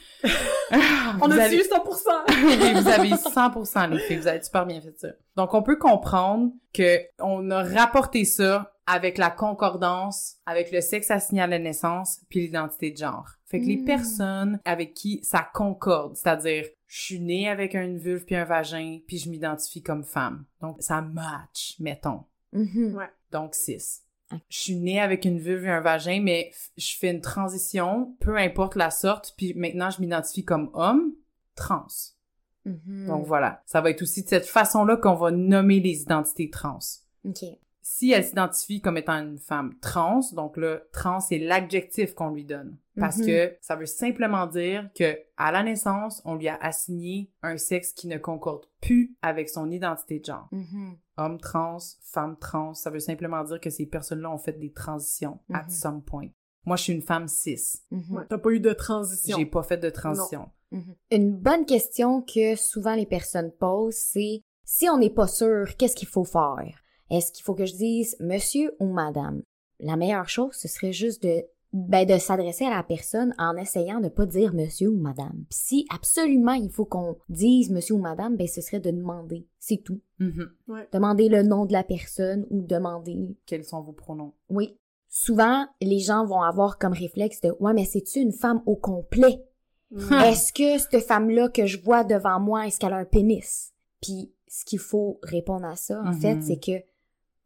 Speaker 1: On
Speaker 3: vous
Speaker 1: a
Speaker 3: allez-
Speaker 1: su cent pour cent!
Speaker 3: oui, vous avez cent pour cent les filles, vous avez super bien fait ça. Donc, on peut comprendre que on a rapporté ça avec la concordance, avec le sexe assigné à la naissance, puis l'identité de genre. Fait que les
Speaker 2: Mm.
Speaker 3: personnes avec qui ça concorde, c'est-à-dire, je suis née avec une vulve puis un vagin, puis je m'identifie comme femme. Donc, ça match, mettons.
Speaker 2: Mhm.
Speaker 1: Ouais.
Speaker 3: Donc, cis. Je suis née avec une vulve et un vagin, mais f- je fais une transition, peu importe la sorte, puis maintenant, je m'identifie comme homme, trans.
Speaker 2: Mhm.
Speaker 3: Donc voilà, ça va être aussi de cette façon-là qu'on va nommer les identités trans.
Speaker 2: OK.
Speaker 3: Si elle s'identifie comme étant une femme trans, donc là, trans, c'est l'adjectif qu'on lui donne. Parce
Speaker 2: Mhm.
Speaker 3: que ça veut simplement dire que à la naissance, on lui a assigné un sexe qui ne concorde plus avec son identité de genre.
Speaker 2: Mhm.
Speaker 3: Homme trans, femme trans, ça veut simplement dire que ces personnes-là ont fait des transitions at
Speaker 2: Mhm.
Speaker 3: some point. Moi, je suis une femme cis.
Speaker 2: Mhm.
Speaker 1: Ouais, t'as pas eu de transition.
Speaker 3: J'ai pas fait de transition.
Speaker 2: Mhm. Une bonne question que souvent les personnes posent, c'est si on n'est pas sûr, qu'est-ce qu'il faut faire? Est-ce qu'il faut que je dise monsieur ou madame? La meilleure chose, ce serait juste de ben de s'adresser à la personne en essayant de pas dire monsieur ou madame. Puis si absolument il faut qu'on dise monsieur ou madame, ben ce serait de demander. C'est tout.
Speaker 3: Mhm.
Speaker 2: Demander le nom de la personne ou demander
Speaker 3: Quels sont vos pronoms?
Speaker 2: oui. Souvent, les gens vont avoir comme réflexe de « Ouais, mais c'est-tu une femme au complet?
Speaker 1: Mm.
Speaker 2: Est-ce que cette femme-là que je vois devant moi, est-ce qu'elle a un pénis? » Puis, ce qu'il faut répondre à ça, en
Speaker 3: Mhm.
Speaker 2: fait, c'est que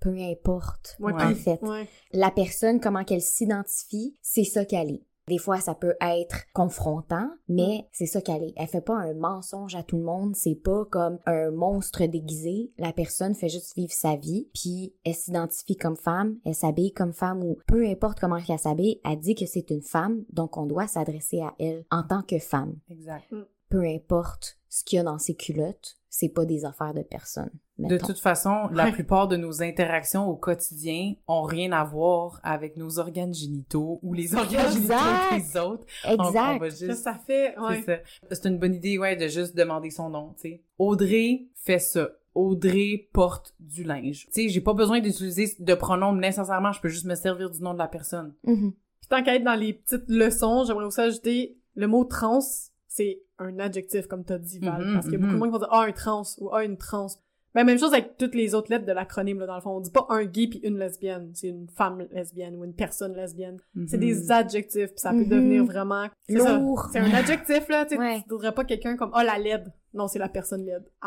Speaker 2: peu importe,
Speaker 1: Ouais,
Speaker 2: en
Speaker 1: puis-
Speaker 2: fait.
Speaker 1: Ouais.
Speaker 2: La personne, comment qu'elle s'identifie, c'est ça qu'elle est. Des fois, ça peut être confrontant, mais c'est ça qu'elle est. Elle fait pas un mensonge à tout le monde, c'est pas comme un monstre déguisé. La personne fait juste vivre sa vie, puis elle s'identifie comme femme, elle s'habille comme femme, ou peu importe comment elle s'habille, elle dit que c'est une femme, donc on doit s'adresser à elle en tant que femme.
Speaker 3: Exact.
Speaker 2: Peu importe ce qu'il y a dans ses culottes, c'est pas des affaires de personne.
Speaker 3: De
Speaker 2: mettons.
Speaker 3: toute façon, la
Speaker 1: Ouais.
Speaker 3: plupart de nos interactions au quotidien ont rien à voir avec nos organes génitaux ou les organes
Speaker 2: Exact.
Speaker 3: génitaux des autres. On- On,
Speaker 2: Exact.
Speaker 3: va
Speaker 1: Qu'est-ce
Speaker 3: juste...
Speaker 1: que ça fait? Ouais.
Speaker 3: C'est ça. C'est une bonne idée, ouais, de juste demander son nom, tu sais. Audrey fait ça. Audrey porte du linge. Tu sais, j'ai pas besoin d'utiliser de pronoms nécessairement, je peux juste me servir du nom de la personne.
Speaker 2: Mhm.
Speaker 1: Puis tant qu'à être dans les petites leçons, j'aimerais aussi ajouter le mot trans, c'est un adjectif, comme t'as dit, Val.
Speaker 3: Mhm,
Speaker 1: parce qu'il y a beaucoup
Speaker 3: mhm.
Speaker 1: de monde qui vont dire « Ah, un trans » ou « Ah, une trans ». Ben, même chose avec toutes les autres lettres de l'acronyme, là, dans le fond. On dit pas un gay puis une lesbienne. C'est une femme lesbienne ou une personne lesbienne. C'est
Speaker 3: Mhm.
Speaker 1: des adjectifs, puis ça peut
Speaker 2: Mhm.
Speaker 1: devenir vraiment... c'est ça.
Speaker 2: Lourd.
Speaker 1: C'est un adjectif, là. Tu sais,
Speaker 2: Ouais.
Speaker 1: tu dirais pas quelqu'un comme « Ah, la laide ». Non, c'est la personne laide. Ah.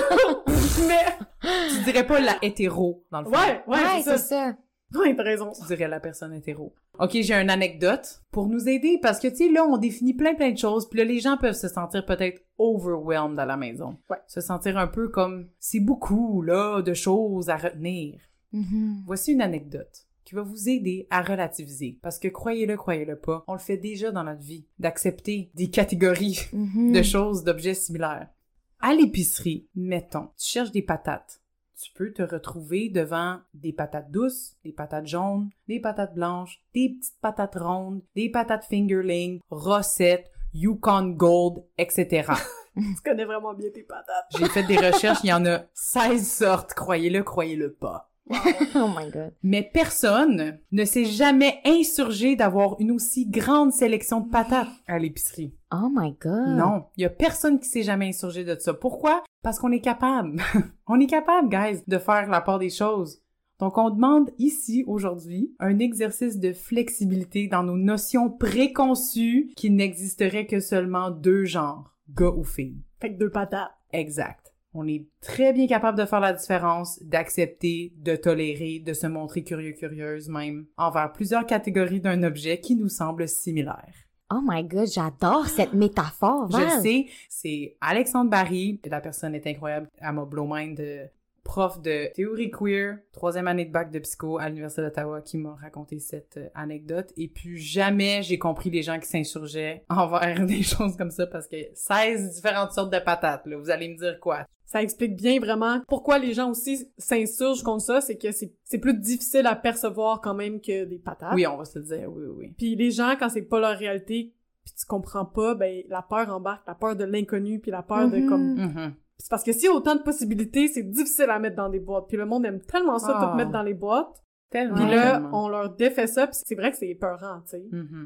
Speaker 1: Mais...
Speaker 3: Tu dirais pas la hétéro, dans le fond.
Speaker 1: Ouais, ouais,
Speaker 2: Ouais,
Speaker 1: c'est ça.
Speaker 2: c'est ça.
Speaker 1: Ouais, t'as raison.
Speaker 3: Tu dirais la personne hétéro. OK, j'ai une anecdote pour nous aider parce que, tu sais, là, on définit plein, plein de choses, puis là, les gens peuvent se sentir peut-être overwhelmed à la maison.
Speaker 1: Ouais.
Speaker 3: Se sentir un peu comme, c'est beaucoup, là, de choses à retenir.
Speaker 2: Mhm.
Speaker 3: Voici une anecdote qui va vous aider à relativiser. Parce que, croyez-le, croyez-le pas, on le fait déjà dans notre vie, d'accepter des catégories
Speaker 2: Mhm.
Speaker 3: de choses, d'objets similaires. À l'épicerie, mettons, tu cherches des patates. Tu peux te retrouver devant des patates douces, des patates jaunes, des patates blanches, des petites patates rondes, des patates fingerling, rossettes, Yukon Gold, et cetera.
Speaker 1: Tu connais vraiment bien tes patates.
Speaker 3: J'ai fait des recherches, il y en a seize sortes, croyez-le, croyez-le pas.
Speaker 2: Oh my god.
Speaker 3: Mais personne ne s'est jamais insurgé d'avoir une aussi grande sélection de patates à l'épicerie.
Speaker 2: Oh my god.
Speaker 3: Non, il y a personne qui s'est jamais insurgé de ça. Pourquoi? Parce qu'on est capable. On est capable, guys, de faire la part des choses. Donc, on demande ici, aujourd'hui, un exercice de flexibilité dans nos notions préconçues qu'il n'existerait que seulement deux genres, gars ou filles.
Speaker 1: Fait que deux patates.
Speaker 3: Exact. On est très bien capable de faire la différence, d'accepter, de tolérer, de se montrer curieux, curieuse même, envers plusieurs catégories d'un objet qui nous semble similaire.
Speaker 2: Oh my god, j'adore cette métaphore,
Speaker 3: Je
Speaker 2: Val.
Speaker 3: le sais, c'est Alexandre Barry, la personne est incroyable, elle m'a blow mind, de prof de théorie queer, troisième année de bac de psycho à l'Université d'Ottawa, qui m'a raconté cette euh, anecdote. Et puis jamais j'ai compris les gens qui s'insurgeaient envers des choses comme ça, parce que seize différentes sortes de patates, là, vous allez me dire quoi?
Speaker 1: Ça explique bien vraiment pourquoi les gens aussi s'insurgent contre ça, c'est que c'est c'est plus difficile à percevoir quand même que des patates.
Speaker 3: Oui, on va se le dire, oui, oui, oui.
Speaker 1: Puis les gens, quand c'est pas leur réalité, puis tu comprends pas, ben la peur embarque, la peur de l'inconnu, puis la peur de
Speaker 2: Mhm.
Speaker 1: comme...
Speaker 3: Mhm.
Speaker 1: C'est parce que s'il y a autant de possibilités, c'est difficile à mettre dans des boîtes. Puis le monde aime tellement ça,
Speaker 3: Ah.
Speaker 1: tout mettre dans les boîtes.
Speaker 3: Tellement.
Speaker 1: Puis là,
Speaker 3: tellement.
Speaker 1: on leur défait ça, puis c'est vrai que c'est épeurant, tu sais.
Speaker 3: Mhm.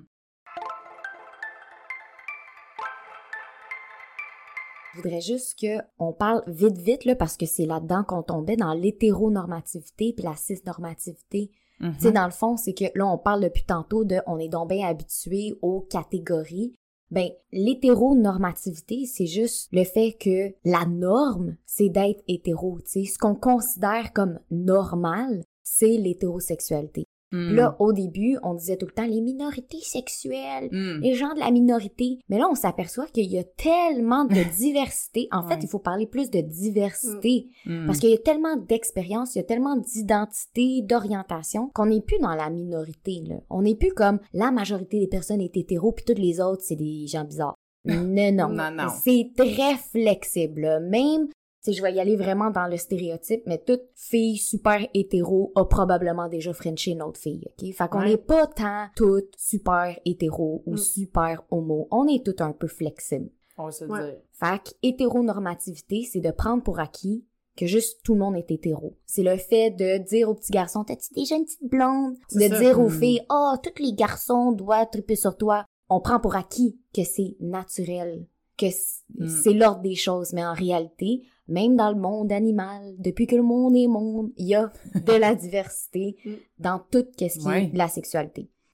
Speaker 2: Je voudrais juste que on parle vite vite là parce que c'est là-dedans qu'on tombait dans l'hétéronormativité puis la cisnormativité.
Speaker 3: Mhm.
Speaker 2: Tu sais, dans le fond, c'est que là, on parle depuis tantôt de on est donc bien habitué aux catégories. Ben, l'hétéronormativité, c'est juste le fait que la norme, c'est d'être hétéro, tu sais. Ce qu'on considère comme normal, c'est l'hétérosexualité.
Speaker 3: Mhm.
Speaker 2: Puis là, au début, on disait tout le temps les minorités sexuelles,
Speaker 3: Mhm.
Speaker 2: les gens de la minorité. Mais là, on s'aperçoit qu'il y a tellement de diversité. En fait,
Speaker 3: Ouais.
Speaker 2: il faut parler plus de diversité.
Speaker 3: Mhm.
Speaker 2: Parce qu'il y a tellement d'expériences, il y a tellement d'identité, d'orientation, qu'on n'est plus dans la minorité, là. On n'est plus comme la majorité des personnes est hétéro, puis toutes les autres, c'est des gens bizarres. Non, non.
Speaker 3: Non, non.
Speaker 2: C'est très flexible, là. Même, tu sais, je vais y aller vraiment dans le stéréotype, mais toute fille super hétéro a probablement déjà frenché une autre fille, OK? Fait qu'on
Speaker 3: Ouais.
Speaker 2: n'est pas tant toutes super hétéro ou
Speaker 1: Mm.
Speaker 2: super homo. On est toutes un peu flexibles.
Speaker 3: On va se le
Speaker 1: Ouais.
Speaker 3: dire.
Speaker 2: Fait que hétéronormativité, c'est de prendre pour acquis que juste tout le monde est hétéro. C'est le fait de dire aux petits garçons, t'as-tu déjà une petite blonde?
Speaker 1: C'est
Speaker 2: De
Speaker 1: ça.
Speaker 2: dire aux
Speaker 3: Mm.
Speaker 2: filles, oh, tous les garçons doivent triper sur toi. On prend pour acquis que c'est naturel, que c-
Speaker 3: Mm.
Speaker 2: c'est l'ordre des choses. Mais en réalité, même dans le monde animal, depuis que le monde est monde, il y a de la diversité
Speaker 1: Mm.
Speaker 2: dans tout ce qui
Speaker 3: Ouais.
Speaker 2: est de la sexualité.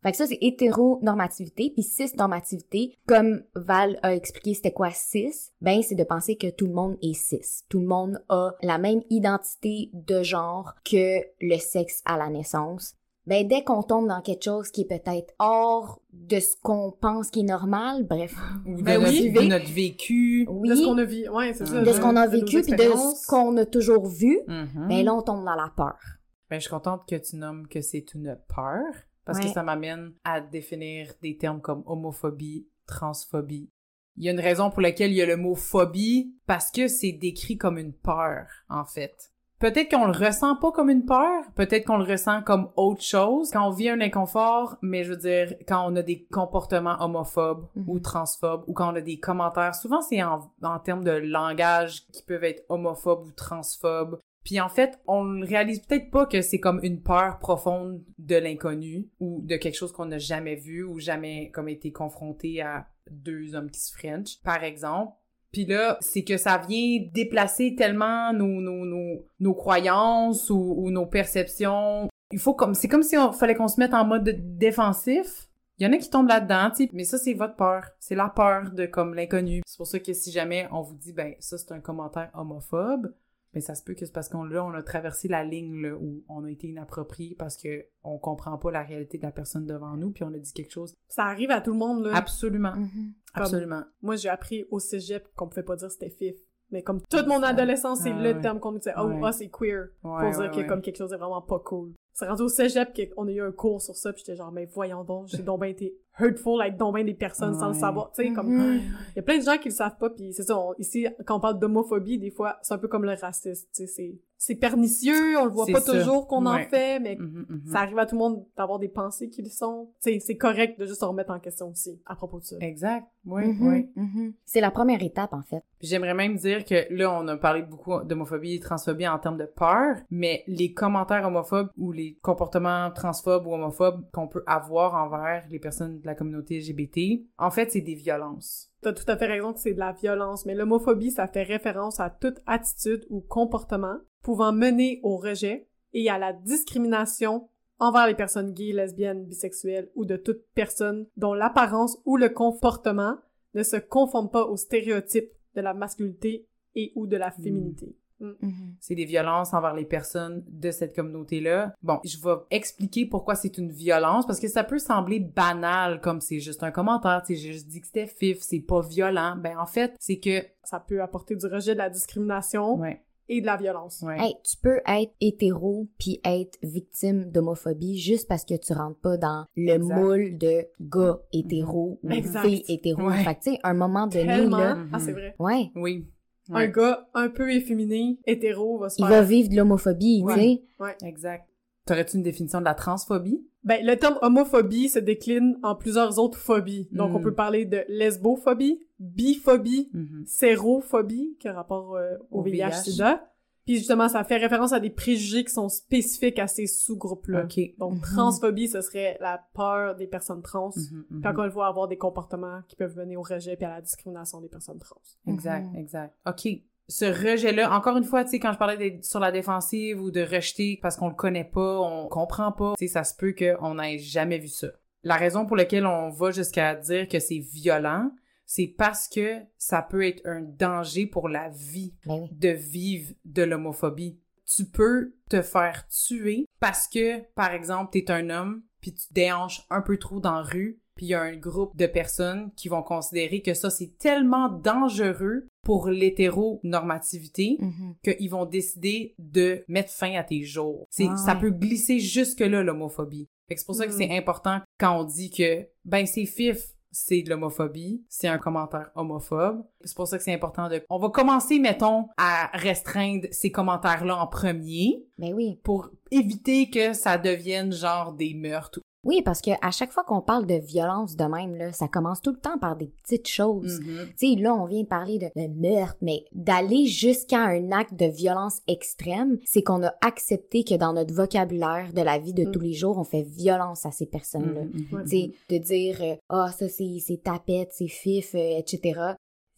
Speaker 2: Fait que ça, c'est hétéronormativité. Puis cisnormativité, comme Val a expliqué c'était quoi cis, ben c'est de penser que tout le monde est cis. Tout le monde a la même identité de genre que le sexe à la naissance. Ben dès qu'on tombe dans quelque chose qui est peut-être hors de ce qu'on pense qui est normal, bref.
Speaker 3: Ou de,
Speaker 1: Ben
Speaker 3: notre,
Speaker 1: oui.
Speaker 3: de notre vécu.
Speaker 2: Oui,
Speaker 1: De ce qu'on a vu, ouais, c'est ça.
Speaker 2: de ce qu'on a
Speaker 1: de nos
Speaker 2: vécu puis de
Speaker 1: expériences.
Speaker 2: ce qu'on a toujours vu,
Speaker 3: Mhm.
Speaker 2: ben là, on tombe dans la peur.
Speaker 3: Ben, je suis contente que tu nommes que c'est une peur, parce
Speaker 2: Ouais.
Speaker 3: que ça m'amène à définir des termes comme homophobie, transphobie. Il y a une raison pour laquelle il y a le mot phobie, parce que c'est décrit comme une peur, en fait. Peut-être qu'on le ressent pas comme une peur, peut-être qu'on le ressent comme autre chose. Quand on vit un inconfort, mais je veux dire, quand on a des comportements homophobes
Speaker 2: Mm-hmm.
Speaker 3: ou transphobes, ou quand on a des commentaires, souvent c'est en, en termes de langage qui peuvent être homophobes ou transphobes. Puis en fait, on ne réalise peut-être pas que c'est comme une peur profonde de l'inconnu ou de quelque chose qu'on n'a jamais vu ou jamais comme été confronté à deux hommes qui se frenchent, par exemple. Puis là, c'est que ça vient déplacer tellement nos nos nos, nos croyances ou, ou nos perceptions. Il faut comme c'est comme si on fallait qu'on se mette en mode défensif. Il y en a qui tombent là-dedans, tu sais, mais ça c'est votre peur, c'est la peur de comme l'inconnu. C'est pour ça que si jamais on vous dit ben ça c'est un commentaire homophobe, mais ça se peut que c'est parce qu'on là on a traversé la ligne là, où on a été inapproprié parce que on comprend pas la réalité de la personne devant nous puis on a dit quelque chose.
Speaker 1: Ça arrive à tout le monde, là.
Speaker 3: Absolument,
Speaker 2: Mhm.
Speaker 3: absolument.
Speaker 1: Moi, j'ai appris au cégep qu'on pouvait pas dire c'était fif. Mais comme toute mon adolescence, c'est
Speaker 3: Ah,
Speaker 1: le
Speaker 3: ouais.
Speaker 1: terme qu'on nous disait « Oh,
Speaker 3: Ouais.
Speaker 1: ah, c'est queer ».
Speaker 3: Ouais,
Speaker 1: Pour dire
Speaker 3: ouais,
Speaker 1: que
Speaker 3: ouais.
Speaker 1: comme quelque chose est vraiment pas cool. C'est rendu au cégep qu'on a eu un cours sur ça, puis j'étais genre « Mais voyons donc, j'ai donc ben été hurtful avec donc ben des personnes sans le
Speaker 3: Ouais.
Speaker 1: savoir. » Tu sais, comme...
Speaker 2: Mhm.
Speaker 1: Il y a plein de gens qui le savent pas, puis c'est ça, on- ici, quand on parle d'homophobie, des fois, c'est un peu comme le racisme, tu sais, c'est... C'est pernicieux, on le voit
Speaker 3: C'est
Speaker 1: pas
Speaker 3: ça.
Speaker 1: toujours qu'on en
Speaker 3: Ouais.
Speaker 1: fait, mais
Speaker 3: Mhm, mhm.
Speaker 1: ça arrive à tout le monde d'avoir des pensées qui le sont. Tu sais, c'est correct de juste se remettre en question aussi, à propos de ça.
Speaker 3: Exact, oui,
Speaker 2: Mhm,
Speaker 3: oui.
Speaker 2: mhm. C'est la première étape, en fait.
Speaker 3: Puis j'aimerais même dire que là, on a parlé beaucoup d'homophobie et transphobie en termes de peur, mais les commentaires homophobes ou les comportements transphobes ou homophobes qu'on peut avoir envers les personnes de la communauté L G B T, en fait, c'est des violences.
Speaker 1: T'as tout à fait raison que c'est de la violence, mais l'homophobie, ça fait référence à toute attitude ou comportement pouvant mener au rejet et à la discrimination envers les personnes gays, lesbiennes, bisexuelles ou de toute personne dont l'apparence ou le comportement ne se conforme pas aux stéréotypes de la masculinité et ou de la féminité.
Speaker 2: Mhm.
Speaker 3: C'est des violences envers les personnes de cette communauté-là. Bon, je vais expliquer pourquoi c'est une violence, parce que ça peut sembler banal, comme c'est juste un commentaire, tu sais, j'ai juste dit que c'était fif, c'est pas violent. Ben, en fait, c'est que...
Speaker 1: Ça peut apporter du rejet, de la discrimination
Speaker 3: Ouais,
Speaker 1: et de la violence.
Speaker 3: ouais.
Speaker 2: Hey, tu peux être hétéro puis être victime d'homophobie juste parce que tu rentres pas dans le
Speaker 3: Exact.
Speaker 2: moule de gars hétéro ou
Speaker 1: Exact.
Speaker 2: fille hétéro.
Speaker 3: Ouais.
Speaker 2: Fait que, tu sais, à un moment donné,
Speaker 1: Tellement.
Speaker 2: là...
Speaker 3: Mhm.
Speaker 1: Ah, c'est vrai.
Speaker 2: Ouais,
Speaker 3: Oui.
Speaker 1: Un
Speaker 3: Ouais.
Speaker 1: gars un peu efféminé, hétéro, va se
Speaker 2: il
Speaker 1: faire...
Speaker 2: va vivre de l'homophobie,
Speaker 1: Ouais.
Speaker 2: tu sais.
Speaker 1: Ouais.
Speaker 3: Exact. T'aurais-tu une définition de la transphobie?
Speaker 1: Ben, le terme homophobie se décline en plusieurs autres phobies. Donc,
Speaker 3: Mm.
Speaker 1: on peut parler de lesbophobie, biphobie,
Speaker 3: Mhm.
Speaker 1: sérophobie, qui a rapport euh, au,
Speaker 3: Au
Speaker 1: V I H
Speaker 3: V I H.
Speaker 1: sida. Puis justement, ça fait référence à des préjugés qui sont spécifiques à ces sous-groupes-là.
Speaker 3: OK.
Speaker 1: Donc,
Speaker 2: Mhm.
Speaker 1: transphobie, ce serait la peur des personnes trans.
Speaker 3: Mhm, mhm.
Speaker 1: Puis encore une fois, avoir des comportements qui peuvent mener au rejet puis à la discrimination des personnes trans.
Speaker 3: Exact,
Speaker 2: Mhm.
Speaker 3: exact. OK. Ce rejet-là, encore une fois, tu sais, quand je parlais d'être sur la défensive ou de rejeter parce qu'on le connaît pas, on comprend pas, tu sais, ça se peut qu'on n'ait jamais vu ça. La raison pour laquelle on va jusqu'à dire que c'est violent, c'est parce que ça peut être un danger pour la vie
Speaker 2: Ben oui.
Speaker 3: de vivre de l'homophobie. Tu peux te faire tuer parce que, par exemple, t'es un homme, puis tu te déhanches un peu trop dans la rue, puis il y a un groupe de personnes qui vont considérer que ça, c'est tellement dangereux pour l'hétéronormativité
Speaker 2: Mhm.
Speaker 3: qu'ils vont décider de mettre fin à tes jours. C'est,
Speaker 2: Ah
Speaker 3: ça
Speaker 2: ouais.
Speaker 3: peut glisser jusque-là, l'homophobie. Fait que c'est pour ça que
Speaker 1: Mm.
Speaker 3: c'est important quand on dit que, ben, c'est fif, c'est de l'homophobie, c'est un commentaire homophobe. C'est pour ça que c'est important de... On va commencer, mettons, à restreindre ces commentaires-là en premier
Speaker 2: Ben oui.
Speaker 3: pour éviter que ça devienne genre des meurtres.
Speaker 2: Oui, parce que à chaque fois qu'on parle de violence de même, là, ça commence tout le temps par des petites choses.
Speaker 3: Mhm.
Speaker 2: Tu sais, là, on vient de parler de, de meurtre, mais d'aller jusqu'à un acte de violence extrême, c'est qu'on a accepté que dans notre vocabulaire de la vie de
Speaker 1: Mm.
Speaker 2: tous les jours, on fait violence à ces personnes-là.
Speaker 3: Mhm, mhm.
Speaker 1: Ouais.
Speaker 2: Tu sais, de dire, euh, ah, ça, c'est, c'est tapette, c'est fif, euh, et cetera.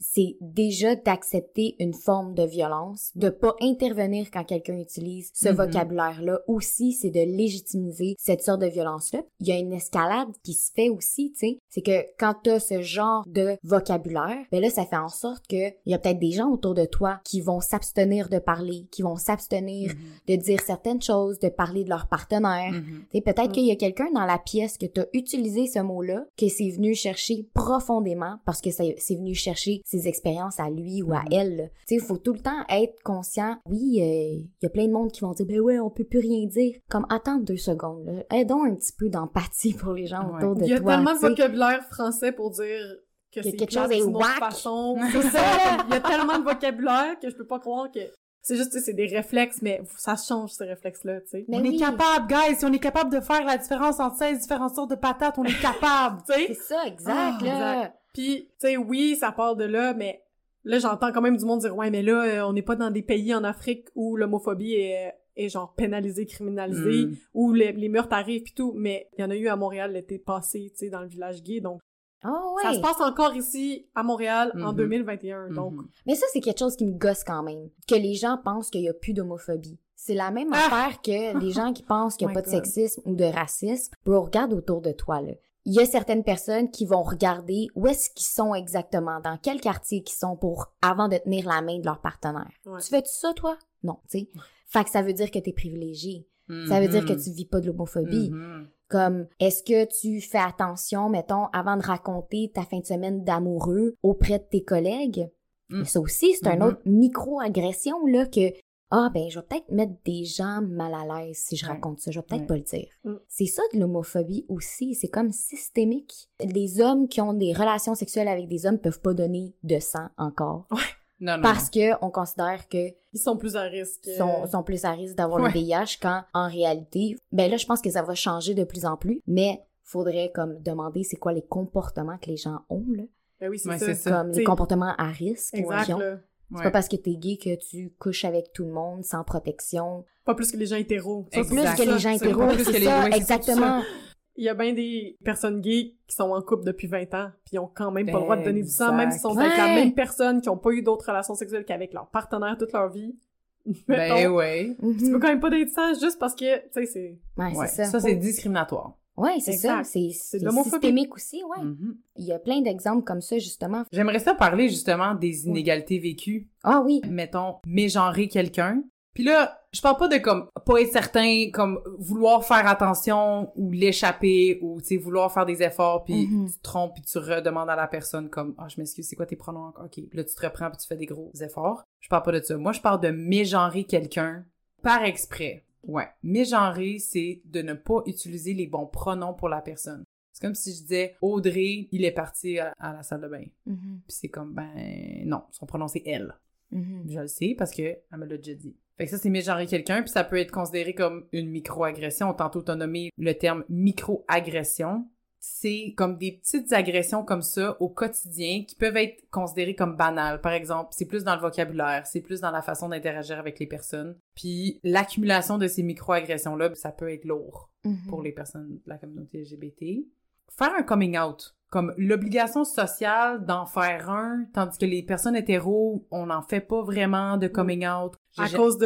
Speaker 2: c'est déjà d'accepter une forme de violence, de pas intervenir quand quelqu'un utilise ce
Speaker 3: Mm-hmm.
Speaker 2: vocabulaire-là. Aussi, c'est de légitimiser cette sorte de violence-là. Il y a une escalade qui se fait aussi, tu sais. C'est que quand t'as ce genre de vocabulaire, ben là, ça fait en sorte que il y a peut-être des gens autour de toi qui vont s'abstenir de parler, qui vont s'abstenir
Speaker 3: Mm-hmm.
Speaker 2: de dire certaines choses, de parler de leur partenaire.
Speaker 3: Mm-hmm.
Speaker 2: Tu sais, peut-être
Speaker 1: Mm.
Speaker 2: qu'il y a quelqu'un dans la pièce que t'as utilisé ce mot-là, que c'est venu chercher profondément parce que ça- c'est venu chercher ses expériences à lui ou à
Speaker 3: Mhm.
Speaker 2: elle. Tu sais, il faut tout le temps être conscient. Oui, euh, il y a plein de monde qui vont dire « Ben ouais, on peut plus rien dire. » Comme, attends deux secondes, là. Aidons un petit peu d'empathie pour les gens
Speaker 3: Ouais.
Speaker 2: autour de
Speaker 1: Il y a
Speaker 2: toi.
Speaker 1: tellement de
Speaker 2: tu sais.
Speaker 1: vocabulaire français pour dire que
Speaker 2: Que
Speaker 1: c'est
Speaker 2: quelque
Speaker 1: plate
Speaker 2: chose est
Speaker 1: d'une autre
Speaker 2: whack.
Speaker 1: façon. C'est ça. Il y a tellement de vocabulaire que je peux pas croire que c'est juste, tu sais, c'est des réflexes, mais ça change ces réflexes-là, tu sais.
Speaker 2: Mais
Speaker 3: on
Speaker 2: oui.
Speaker 3: est capable, guys! Si on est capable de faire la différence entre seize différentes sortes de patates, on est capable, tu
Speaker 2: C'est
Speaker 3: sais!
Speaker 2: ça, exact,
Speaker 1: Ah,
Speaker 2: là.
Speaker 1: exact. Puis, tu sais, oui, ça part de là, mais là, j'entends quand même du monde dire « Ouais, mais là, euh, on n'est pas dans des pays en Afrique où l'homophobie est, est genre pénalisée, criminalisée,
Speaker 3: Mm.
Speaker 1: où les, les meurtres arrivent pis tout. » Mais il y en a eu à Montréal l'été passé, tu sais, dans le village gay, donc
Speaker 2: Oh, ouais.
Speaker 1: ça se passe encore ici, à Montréal, en
Speaker 3: Mhm.
Speaker 1: deux mille vingt et un, donc...
Speaker 3: Mhm.
Speaker 2: Mais ça, c'est quelque chose qui me gosse quand même. Que les gens pensent qu'il y a plus d'homophobie. C'est la même
Speaker 1: Ah!
Speaker 2: affaire que les gens qui pensent qu'il n'y a
Speaker 3: My
Speaker 2: pas de
Speaker 3: God.
Speaker 2: sexisme ou de racisme. Bro, regarde autour de toi, là. Il y a certaines personnes qui vont regarder où est-ce qu'ils sont exactement, dans quel quartier qu'ils sont pour, avant de tenir la main de leur partenaire.
Speaker 1: Ouais.
Speaker 2: Tu fais-tu ça, toi? Non, tu sais. Fait que ça veut dire que t'es privilégié. Ça veut dire que tu vis pas de l'homophobie.
Speaker 3: Mhm.
Speaker 2: Comme, est-ce que tu fais attention, mettons, avant de raconter ta fin de semaine d'amoureux auprès de tes collègues?
Speaker 3: Mm.
Speaker 2: Ça aussi, c'est une
Speaker 3: Mhm.
Speaker 2: autre micro-agression, là, que, ah, ben, je vais peut-être mettre des gens mal à l'aise si je
Speaker 3: Ouais.
Speaker 2: raconte ça. Je vais peut-être
Speaker 3: Ouais.
Speaker 2: pas le dire.
Speaker 1: Mm.
Speaker 2: C'est ça de l'homophobie aussi. C'est comme systémique. Les hommes qui ont des relations sexuelles avec des hommes peuvent pas donner de sang encore.
Speaker 3: Non, non,
Speaker 2: Parce que on considère que
Speaker 1: Ils sont plus à risque. euh,
Speaker 2: sont, sont plus à risque d'avoir
Speaker 3: Ouais.
Speaker 2: le V I H quand, en réalité, ben là, je pense que ça va changer de plus en plus, mais faudrait comme demander c'est quoi les comportements que les gens ont, là.
Speaker 1: Ben oui, c'est
Speaker 3: Ouais,
Speaker 1: ça.
Speaker 3: c'est ça.
Speaker 2: Comme les
Speaker 1: T'sais,
Speaker 2: comportements à risque
Speaker 1: Exact,
Speaker 2: qu'ils ont.
Speaker 1: là.
Speaker 2: C'est
Speaker 3: Ouais.
Speaker 2: pas parce que t'es gay que tu couches avec tout le monde sans protection.
Speaker 1: Pas plus que les gens hétéros. Ça, c'est
Speaker 2: Plus
Speaker 3: Exact.
Speaker 2: que
Speaker 1: ça,
Speaker 2: les gens
Speaker 1: c'est
Speaker 2: hétéros,
Speaker 1: pas
Speaker 3: plus que
Speaker 2: c'est
Speaker 3: les-
Speaker 2: ça,
Speaker 3: ouais, c'est
Speaker 2: exactement.
Speaker 1: Il y a bien des personnes gays qui sont en couple depuis vingt ans, puis ils ont quand même pas le droit de donner du sang,
Speaker 3: Exact.
Speaker 1: même s'ils sont avec la
Speaker 2: Ouais.
Speaker 1: même personne, qui ont pas eu d'autres relations sexuelles qu'avec leur partenaire toute leur vie.
Speaker 3: Ben
Speaker 1: Mettons,
Speaker 3: ouais.
Speaker 2: Mhm.
Speaker 1: tu peux quand même pas donner du sang juste parce que, tu sais, c'est...
Speaker 2: Ouais,
Speaker 3: Ouais.
Speaker 2: c'est ça.
Speaker 3: Ça, c'est discriminatoire.
Speaker 2: Ouais, c'est ça.
Speaker 1: Exact.
Speaker 2: C'est
Speaker 1: C'est
Speaker 2: c'est
Speaker 1: de l'homophobie.
Speaker 2: systémique aussi, ouais.
Speaker 3: Mhm.
Speaker 2: Il y a plein d'exemples comme ça, justement.
Speaker 3: J'aimerais ça parler justement des inégalités vécues.
Speaker 2: Ah oui.
Speaker 3: Mettons, mégenrer quelqu'un. Puis là, je parle pas de comme pas être certain, comme vouloir faire attention ou l'échapper ou tu sais vouloir faire des efforts puis
Speaker 2: Mhm.
Speaker 3: tu te trompes puis tu redemandes à la personne comme ah je m'excuse c'est quoi tes pronoms ok là tu te reprends puis tu fais des gros efforts. Je parle pas de ça. Moi je parle de mégenrer quelqu'un par exprès. Ouais, mégenrer c'est de ne pas utiliser les bons pronoms pour la personne. C'est comme si je disais Audrey il est parti à, à la salle de bain.
Speaker 2: Mhm.
Speaker 3: Puis c'est comme ben non son pronom c'est elle.
Speaker 2: Mhm.
Speaker 3: Je le sais parce que elle me l'a déjà dit. Fait que ça, c'est mégenrer quelqu'un, puis ça peut être considéré comme une micro-agression. Tantôt, t'as nommé le terme micro-agression. C'est comme des petites agressions comme ça au quotidien qui peuvent être considérées comme banales. Par exemple, c'est plus dans le vocabulaire, c'est plus dans la façon d'interagir avec les personnes. Puis l'accumulation de ces micro-agressions-là, ça peut être lourd
Speaker 2: Mhm.
Speaker 3: pour les personnes de la communauté L G B T. Faire un coming out, comme l'obligation sociale d'en faire un, tandis que les personnes hétéros, on n'en fait pas vraiment de coming out.
Speaker 1: À
Speaker 3: J'ai-
Speaker 1: cause de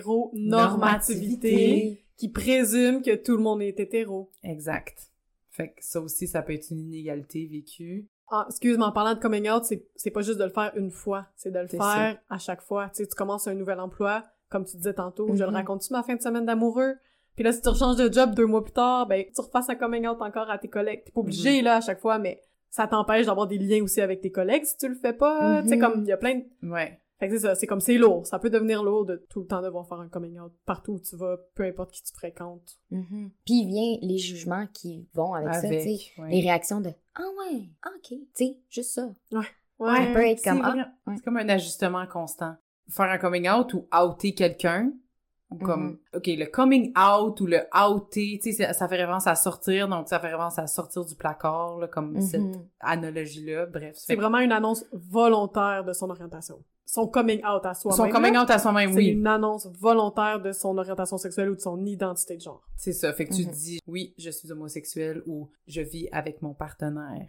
Speaker 1: l'hétéronormativité qui présume que tout le monde est hétéro.
Speaker 3: Exact. Fait que ça aussi, ça peut être une inégalité vécue.
Speaker 1: Ah, excuse-moi, en parlant de coming out, c'est, c'est pas juste de le faire une fois, c'est de le
Speaker 3: C'est
Speaker 1: faire à chaque fois. Tu sais, tu commences un nouvel emploi, comme tu disais tantôt, je le
Speaker 2: Mhm.
Speaker 1: raconte-tu ma fin de semaine d'amoureux? Puis là, si tu rechanges de job deux mois plus tard, ben, tu refasses un coming out encore à tes collègues. T'es pas obligé, là, à chaque fois, mais ça t'empêche d'avoir des liens aussi avec tes collègues si tu le fais pas.
Speaker 2: Mhm.
Speaker 1: Tu sais, comme, il y a plein de...
Speaker 3: Ouais.
Speaker 1: Fait que c'est ça, c'est comme, c'est lourd. Ça peut devenir lourd de tout le temps devoir faire un coming out partout où tu vas, peu importe qui tu fréquentes.
Speaker 2: Mhm. Puis il vient les jugements qui vont avec, ça, tu sais.
Speaker 3: ouais.
Speaker 2: Les réactions de « Ah ouais, ok, tu sais, juste ça. »
Speaker 1: Ouais.
Speaker 2: Ça peut être
Speaker 3: c'est
Speaker 2: comme,
Speaker 3: vrai.
Speaker 2: ah, ouais.
Speaker 3: C'est comme un ajustement constant. Faire un coming out ou outer quelqu'un, ou comme,
Speaker 2: Mhm.
Speaker 3: OK, le coming out ou le outer, tu sais, ça, ça fait référence à sortir, donc ça fait référence à sortir du placard, là, comme
Speaker 2: Mhm.
Speaker 3: cette analogie-là, bref.
Speaker 1: C'est vraiment une annonce volontaire de son orientation. Son coming out à soi-même.
Speaker 3: Son coming
Speaker 1: là,
Speaker 3: out à soi-même,
Speaker 1: c'est
Speaker 3: oui.
Speaker 1: une annonce volontaire de son orientation sexuelle ou de son identité de genre.
Speaker 3: C'est ça. Fait que tu
Speaker 2: Mhm.
Speaker 3: dis, oui, je suis homosexuel ou je vis avec mon partenaire.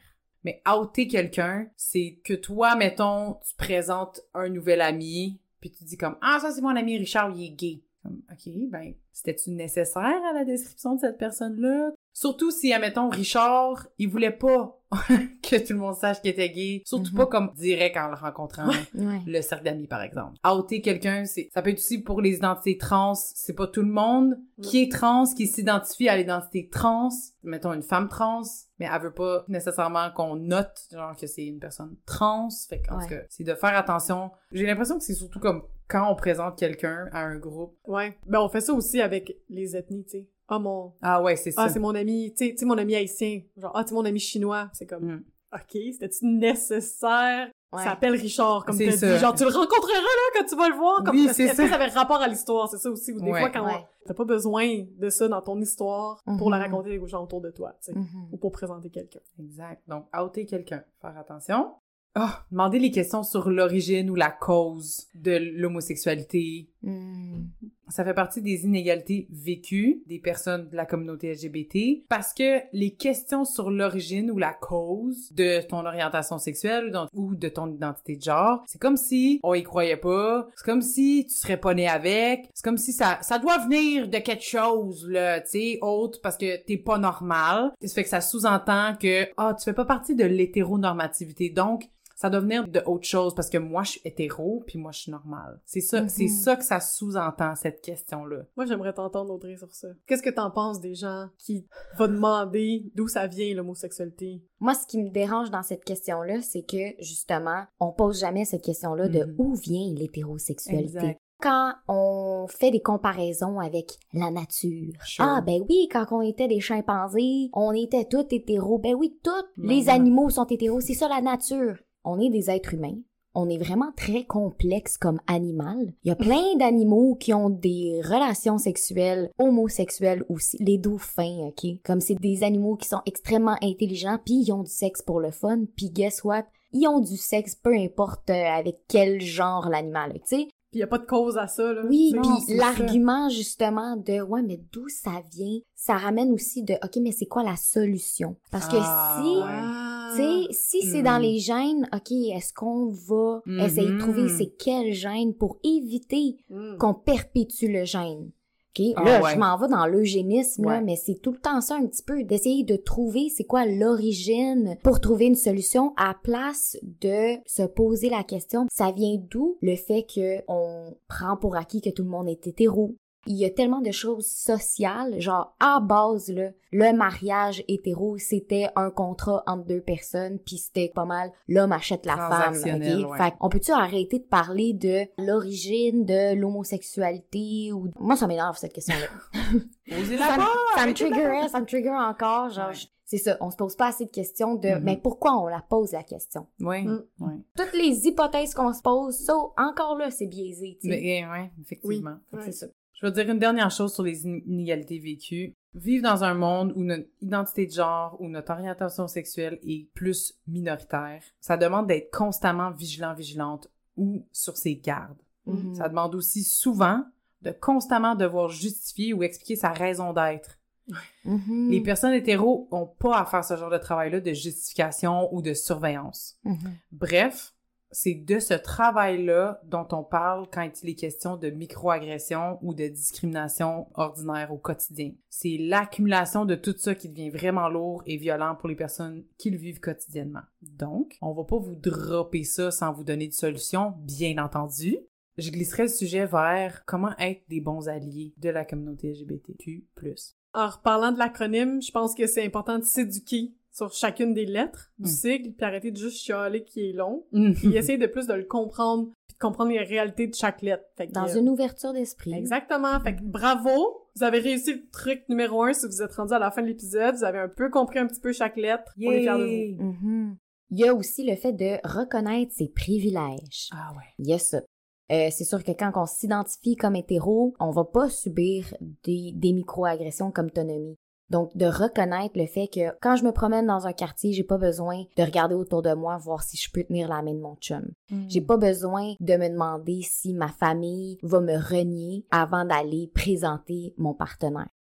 Speaker 3: Mais outer quelqu'un, c'est que toi, mettons, tu présentes un nouvel ami, puis tu dis comme « Ah, ça, c'est mon ami Richard, il est gay. » Comme, OK, ben, c'était-tu nécessaire à la description de cette personne-là? Surtout si, admettons, Richard, il voulait pas que tout le monde sache qu'il était gay. Surtout mm-hmm. pas comme direct en le rencontrant.
Speaker 2: Ouais.
Speaker 3: Le cercle d'amis, par exemple. Outer quelqu'un, c'est, ça peut être aussi pour les identités trans. C'est pas tout le monde qui est trans, qui s'identifie à l'identité trans. Mettons une femme trans, mais elle veut pas nécessairement qu'on note, genre, que c'est une personne trans. Fait qu'en tout cas, c'est de faire attention. J'ai l'impression que c'est surtout comme quand on présente quelqu'un à un groupe.
Speaker 1: Ouais. Ben, on fait ça aussi avec les ethnies, tu sais. Ah, mon...
Speaker 3: Ah ouais, c'est ça.
Speaker 1: Ah, c'est mon ami, tu sais, tu sais, mon ami haïtien. Genre, ah, tu sais, mon ami chinois. C'est comme, mm. OK, c'était-tu nécessaire? Ouais. Ça s'appelle Richard, comme tu as dit. Genre, tu le rencontreras, là, quand tu vas le voir. Comme,
Speaker 3: oui,
Speaker 1: est-ce,
Speaker 3: c'est
Speaker 1: est-ce
Speaker 3: ça.
Speaker 1: que ça avait rapport à l'histoire? C'est ça aussi. Ou des
Speaker 3: ouais.
Speaker 1: fois, quand
Speaker 2: ouais.
Speaker 1: on... t'as pas besoin de ça dans ton histoire mm-hmm. pour la raconter aux gens autour de toi, tu sais.
Speaker 2: Mm-hmm.
Speaker 1: Ou pour présenter quelqu'un.
Speaker 3: Exact. Donc, outer quelqu'un. Faire attention. Ah, oh, demander les questions sur l'origine ou la cause de l'homosexualité.
Speaker 2: Mm.
Speaker 3: Ça fait partie des inégalités vécues des personnes de la communauté L G B T parce que les questions sur l'origine ou la cause de ton orientation sexuelle ou de ton identité de genre, c'est comme si on y croyait pas, c'est comme si tu serais pas né avec, c'est comme si ça ça doit venir de quelque chose là, tu sais, autre parce que t'es pas normal. Ça fait que ça sous-entend que ah, tu fais pas partie de l'hétéronormativité. Donc ça doit venir de autre chose parce que moi, je suis hétéro puis moi, je suis normale. C'est ça, mm-hmm. c'est ça que ça sous-entend, cette question-là.
Speaker 1: Moi, j'aimerais t'entendre, Audrey, sur ça. Qu'est-ce que t'en penses des gens qui vont demander d'où ça vient, l'homosexualité?
Speaker 2: Moi, ce qui me dérange dans cette question-là, c'est que, justement, on pose jamais cette question-là de mm-hmm. où vient l'hétérosexualité. Exact. Quand on fait des comparaisons avec la nature. Sure. Ah, ben oui, quand on était des chimpanzés, on était tous hétéros. Ben oui, tous mm-hmm. les animaux sont hétéros. C'est ça, la nature. On est des êtres humains. On est vraiment très complexe comme animal. Il y a plein d'animaux qui ont des relations sexuelles, homosexuelles aussi. Les dauphins, OK? Comme c'est des animaux qui sont extrêmement intelligents, puis ils ont du sexe pour le fun, puis guess what? Ils ont du sexe, peu importe euh, avec quel genre l'animal, tu sais.
Speaker 1: Puis il y a pas de cause à ça, là.
Speaker 2: Oui, puis l'argument, ça. justement, de « ouais, mais d'où ça vient? » Ça ramène aussi de « OK, mais c'est quoi la solution? » Parce que ah, si... Ouais. Tu sais, si c'est mm. dans les gènes, OK, est-ce qu'on va mm-hmm. essayer de trouver c'est quel gène pour éviter mm. qu'on perpétue le gène? OK, ah, là, ouais. je m'en vais dans l'eugénisme, ouais. là, mais c'est tout le temps ça un petit peu, d'essayer de trouver c'est quoi l'origine pour trouver une solution à place de se poser la question, ça vient d'où le fait qu'on prend pour acquis que tout le monde est hétéro? Il y a tellement de choses sociales, genre à base là, le mariage hétéro, c'était un contrat entre deux personnes, puis c'était pas mal l'homme achète la femme, OK? Ouais. Fait on peut-tu arrêter de parler de l'origine de l'homosexualité ou moi ça m'énerve cette question-là.
Speaker 3: Osez la
Speaker 2: ça,
Speaker 3: part,
Speaker 2: ça me trigger, ça me trigger encore, genre ouais. C'est ça, on se pose pas assez de questions de mm-hmm. mais pourquoi on la pose la question?
Speaker 3: Oui. Mm. Ouais.
Speaker 2: Toutes les hypothèses qu'on se pose, ça encore là c'est biaisé, tu sais.
Speaker 3: Mais ouais, effectivement.
Speaker 1: Oui.
Speaker 3: C'est
Speaker 1: ouais.
Speaker 3: ça. Je vais dire une dernière chose sur les inégalités vécues. Vivre dans un monde où notre identité de genre ou notre orientation sexuelle est plus minoritaire, ça demande d'être constamment vigilant, vigilante ou sur ses gardes. Mm-hmm. Ça demande aussi souvent de constamment devoir justifier ou expliquer sa raison d'être. Mm-hmm. Les personnes hétéros ont pas à faire ce genre de travail-là de justification ou de surveillance. Mm-hmm. Bref, c'est de ce travail-là dont on parle quand il est question de microagression ou de discrimination ordinaire au quotidien. C'est l'accumulation de tout ça qui devient vraiment lourd et violent pour les personnes qui le vivent quotidiennement. Donc, on va pas vous dropper ça sans vous donner de solution, bien entendu. Je glisserai le sujet vers comment être des bons alliés de la communauté L G B T Q plus.
Speaker 1: En reparlant de l'acronyme, je pense que c'est important de s'éduquer sur chacune des lettres du mm. sigle, puis arrêter de juste chialer qui est long, mm. puis essayer de plus de le comprendre, puis de comprendre les réalités de chaque lettre. Fait que,
Speaker 2: Dans
Speaker 1: euh,
Speaker 2: une ouverture d'esprit.
Speaker 1: Exactement. Fait que bravo! Vous avez réussi le truc numéro un si vous êtes rendu à la fin de l'épisode. Vous avez un peu compris un petit peu chaque lettre.
Speaker 3: Yay!
Speaker 1: On est fiers de vous.
Speaker 2: Mm-hmm. Il y a aussi le fait de reconnaître ses privilèges.
Speaker 3: Ah ouais.
Speaker 2: Il y a ça. Euh, c'est sûr que quand on s'identifie comme hétéro, on va pas subir des, des micro-agressions comme t'as nommé. Donc, de reconnaître le fait que quand je me promène dans un quartier, j'ai pas besoin de regarder autour de moi, voir si je peux tenir la main de mon chum. Mm. J'ai pas besoin de me demander si ma famille va me renier avant d'aller présenter mon partenaire.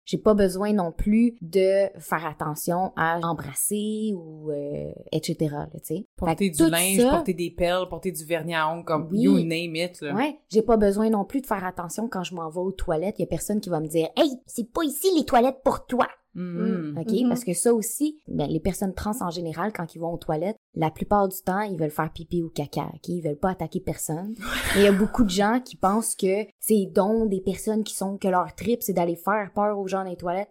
Speaker 2: J'ai pas besoin non plus de faire attention à embrasser ou euh, et cetera. Tu sais.
Speaker 3: Porter du linge, ça, porter des pelles, porter du vernis à ongles, comme oui, you name it. Là.
Speaker 2: Ouais, j'ai pas besoin non plus de faire attention quand je m'en vais aux toilettes. Il y a personne qui va me dire « Hey, c'est pas ici les toilettes pour toi! »
Speaker 3: Mm-hmm.
Speaker 2: OK?
Speaker 1: Mm-hmm.
Speaker 2: Parce que ça aussi, ben, les personnes trans en général, quand ils vont aux toilettes, la plupart du temps, ils veulent faire pipi ou caca, OK? Ils veulent pas attaquer personne. Mais il y a beaucoup de gens qui pensent que c'est donc des personnes qui sont, que leur trip, c'est d'aller faire peur aux gens dans les toilettes.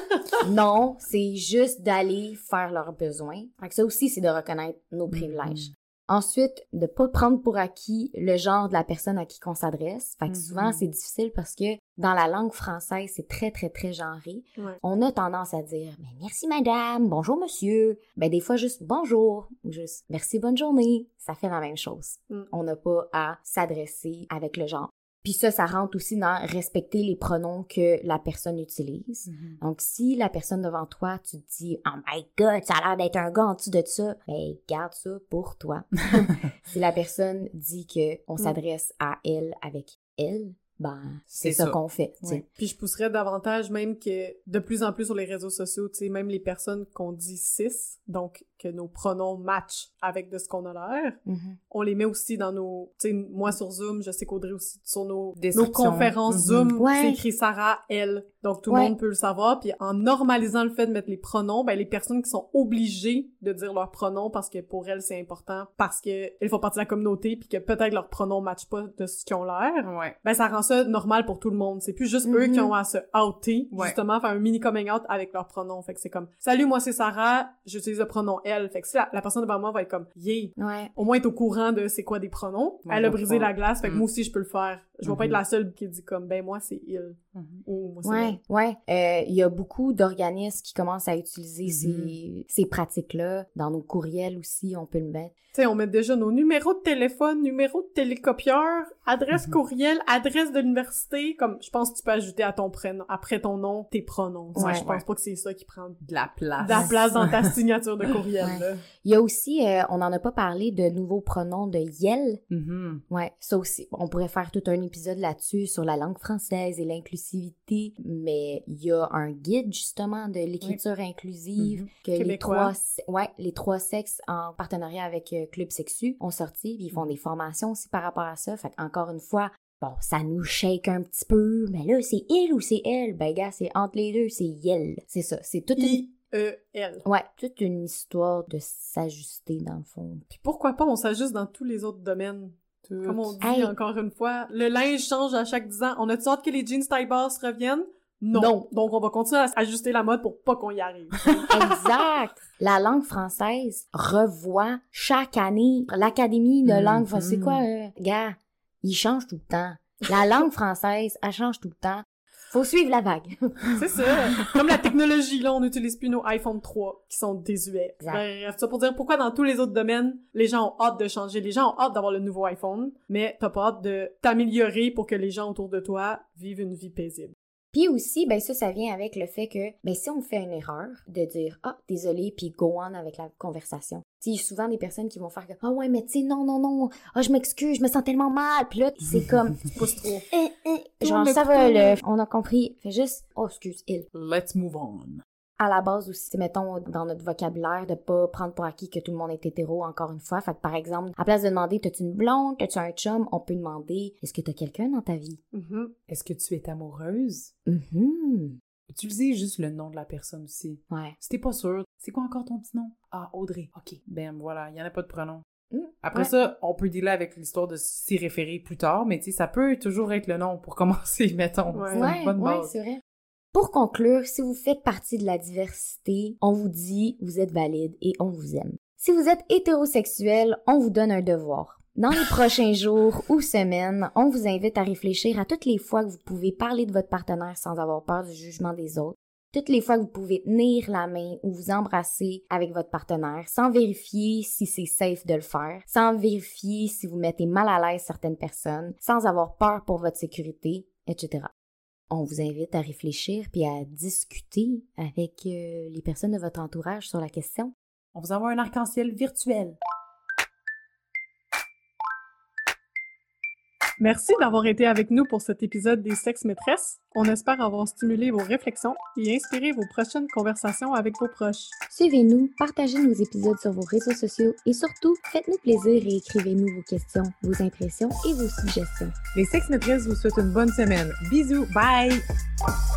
Speaker 2: Non, c'est juste d'aller faire leurs besoins. Fait que ça aussi, c'est de reconnaître nos privilèges. Mm-hmm. Ensuite, de pas prendre pour acquis le genre de la personne à qui qu'on s'adresse. Fait que mm-hmm. souvent, c'est difficile parce que dans la langue française, c'est très, très, très genré.
Speaker 1: Ouais.
Speaker 2: On a tendance à dire « Mais merci madame, bonjour monsieur ». Ben des fois, juste « bonjour » ou juste « merci, bonne journée ». Ça fait la même chose. Mm. On n'a pas à s'adresser avec le genre. Puis ça, ça rentre aussi dans respecter les pronoms que la personne utilise. Mm-hmm. Donc, si la personne devant toi, tu te dis « Oh my God, ça a l'air d'être un gars en dessous de ça », ben garde ça pour toi. Si la personne dit qu'on mm. s'adresse à elle avec elle, ben c'est, c'est ça, ça qu'on fait.
Speaker 1: Ouais. Puis je pousserais davantage même que de plus en plus sur les réseaux sociaux, tu sais, même les personnes qu'on dit cis, donc que nos pronoms matchent avec de ce qu'on a l'air, mm-hmm. on les met aussi dans nos... Tu sais, moi sur Zoom, je sais qu'Audrey aussi, sur nos, nos conférences mm-hmm. Zoom, ouais. c'est écrit Sarah, elle. Donc tout le ouais. monde peut le savoir. Puis en normalisant le fait de mettre les pronoms, ben les personnes qui sont obligées de dire leurs pronoms parce que pour elles, c'est important, parce qu'elles font partie de la communauté, puis que peut-être leurs pronoms matchent pas de ce qu'ils ont l'air,
Speaker 3: ouais.
Speaker 1: ben ça rend ça normal pour tout le monde. C'est plus juste mm-hmm. eux qui ont à se outer, ouais. justement, faire un mini coming out avec leurs pronoms. Fait que c'est comme, salut, moi c'est Sarah, j'utilise le pronom elle. Fait que si la, la personne devant moi va être comme, yeah,
Speaker 2: ouais.
Speaker 1: au moins être au courant de c'est quoi des pronoms. Ouais, elle a brisé la glace, fait que mm. moi aussi je peux le faire. Je vais mm-hmm. pas être la seule qui dit comme, ben moi c'est il. Mm-hmm. Ou moi c'est
Speaker 2: ouais,
Speaker 1: elle.
Speaker 2: Ouais, ouais. Il euh, y a beaucoup d'organismes qui commencent à utiliser mm-hmm. ces, ces pratiques-là. Dans nos courriels aussi, on peut le mettre.
Speaker 1: Tu sais, on met déjà nos numéros de téléphone, numéros de télécopieur, adresse mm-hmm. courriel, adresse de l'université. Comme, je pense que tu peux ajouter à ton prénom, après ton nom, tes pronoms. Ouais, je pense ouais. pas que c'est ça qui prend
Speaker 3: de la place.
Speaker 1: De la place dans ta signature de courriel,
Speaker 2: ouais.
Speaker 1: là.
Speaker 2: Il y a aussi, euh, on n'en a pas parlé, de nouveaux pronoms de yel.
Speaker 3: Mm-hmm.
Speaker 2: Ouais, ça aussi. On pourrait faire tout un épisode là-dessus sur la langue française et l'inclusivité, mais il y a un guide, justement, de l'écriture oui. inclusive mm-hmm. que les trois, ouais, les trois sexes, en partenariat avec euh, Club Sexu, ont sorti, puis ils font des formations aussi par rapport à ça. Fait qu'encore une fois, bon, ça nous shake un petit peu, mais là, c'est il ou c'est elle? Ben, gars, c'est entre les deux, c'est yel. C'est ça, c'est toute une...
Speaker 1: E L.
Speaker 2: Ouais, toute une histoire de s'ajuster, dans le fond.
Speaker 1: Puis pourquoi pas, on s'ajuste dans tous les autres domaines. Tout. Comme on dit, hey. Encore une fois, le linge change à chaque dix ans. On a-tu hâte que les jeans taille basse reviennent? Non. non. Donc, on va continuer à ajuster la mode pour pas qu'on y arrive.
Speaker 2: Exact. La langue française revoit chaque année l'Académie de mm-hmm. langue française. C'est quoi, euh, gars? Il change tout le temps. La langue française, elle change tout le temps. Faut suivre la vague.
Speaker 1: C'est ça. Comme la technologie, là, on n'utilise plus nos iPhone trois qui sont désuets. Bref, ça pour dire pourquoi dans tous les autres domaines, les gens ont hâte de changer. Les gens ont hâte d'avoir le nouveau iPhone, mais t'as pas hâte de t'améliorer pour que les gens autour de toi vivent une vie paisible.
Speaker 2: Puis aussi, ben ça, ça vient avec le fait que, ben si on fait une erreur, de dire « Ah, désolé », puis go on avec la conversation. Tu sais, souvent des personnes qui vont faire que « Ah ouais, mais tu sais, non, non, non, ah, je m'excuse, je me sens tellement mal », puis là, c'est comme « Tu pousses trop. Eh, eh, » Genre, ça va, le, on a compris. Fais juste « Oh, excuse, il. »
Speaker 3: Let's move on.
Speaker 2: À la base aussi, mettons, dans notre vocabulaire, de pas prendre pour acquis que tout le monde est hétéro, encore une fois. Fait que, par exemple, à place de demander « T'as-tu une blonde? T'as-tu un chum? » On peut demander « Est-ce que t'as quelqu'un dans ta vie?
Speaker 1: Mm-hmm. »
Speaker 3: Est-ce que tu es amoureuse?
Speaker 2: Mm-hmm.
Speaker 3: Utilisez juste le nom de la personne aussi.
Speaker 2: Ouais.
Speaker 3: Si t'es pas sûr, c'est quoi encore ton petit nom? Ah, Audrey. OK. Ben voilà, il y en a pas de pronom.
Speaker 2: Mmh,
Speaker 3: Après
Speaker 2: ouais.
Speaker 3: ça, on peut dealer avec l'histoire de s'y référer plus tard, mais tu sais, ça peut toujours être le nom pour commencer, mettons.
Speaker 1: Ouais,
Speaker 3: c'est
Speaker 2: ouais,
Speaker 3: une bonne
Speaker 2: ouais,
Speaker 3: base.
Speaker 2: c'est vrai. Pour conclure, si vous faites partie de la diversité, on vous dit vous êtes valide et on vous aime. Si vous êtes hétérosexuel, on vous donne un devoir. Dans les prochains jours ou semaines, on vous invite à réfléchir à toutes les fois que vous pouvez parler de votre partenaire sans avoir peur du jugement des autres. Toutes les fois que vous pouvez tenir la main ou vous embrasser avec votre partenaire sans vérifier si c'est safe de le faire, sans vérifier si vous mettez mal à l'aise certaines personnes, sans avoir peur pour votre sécurité, et cetera. On vous invite à réfléchir puis à discuter avec euh, les personnes de votre entourage sur la question.
Speaker 3: On vous envoie un arc-en-ciel virtuel.
Speaker 1: Merci d'avoir été avec nous pour cet épisode des Sexes Maîtresses. On espère avoir stimulé vos réflexions et inspiré vos prochaines conversations avec vos proches.
Speaker 2: Suivez-nous, partagez nos épisodes sur vos réseaux sociaux et surtout, faites-nous plaisir et écrivez-nous vos questions, vos impressions et vos suggestions.
Speaker 3: Les Sexes Maîtresses vous souhaitent une bonne semaine. Bisous, bye!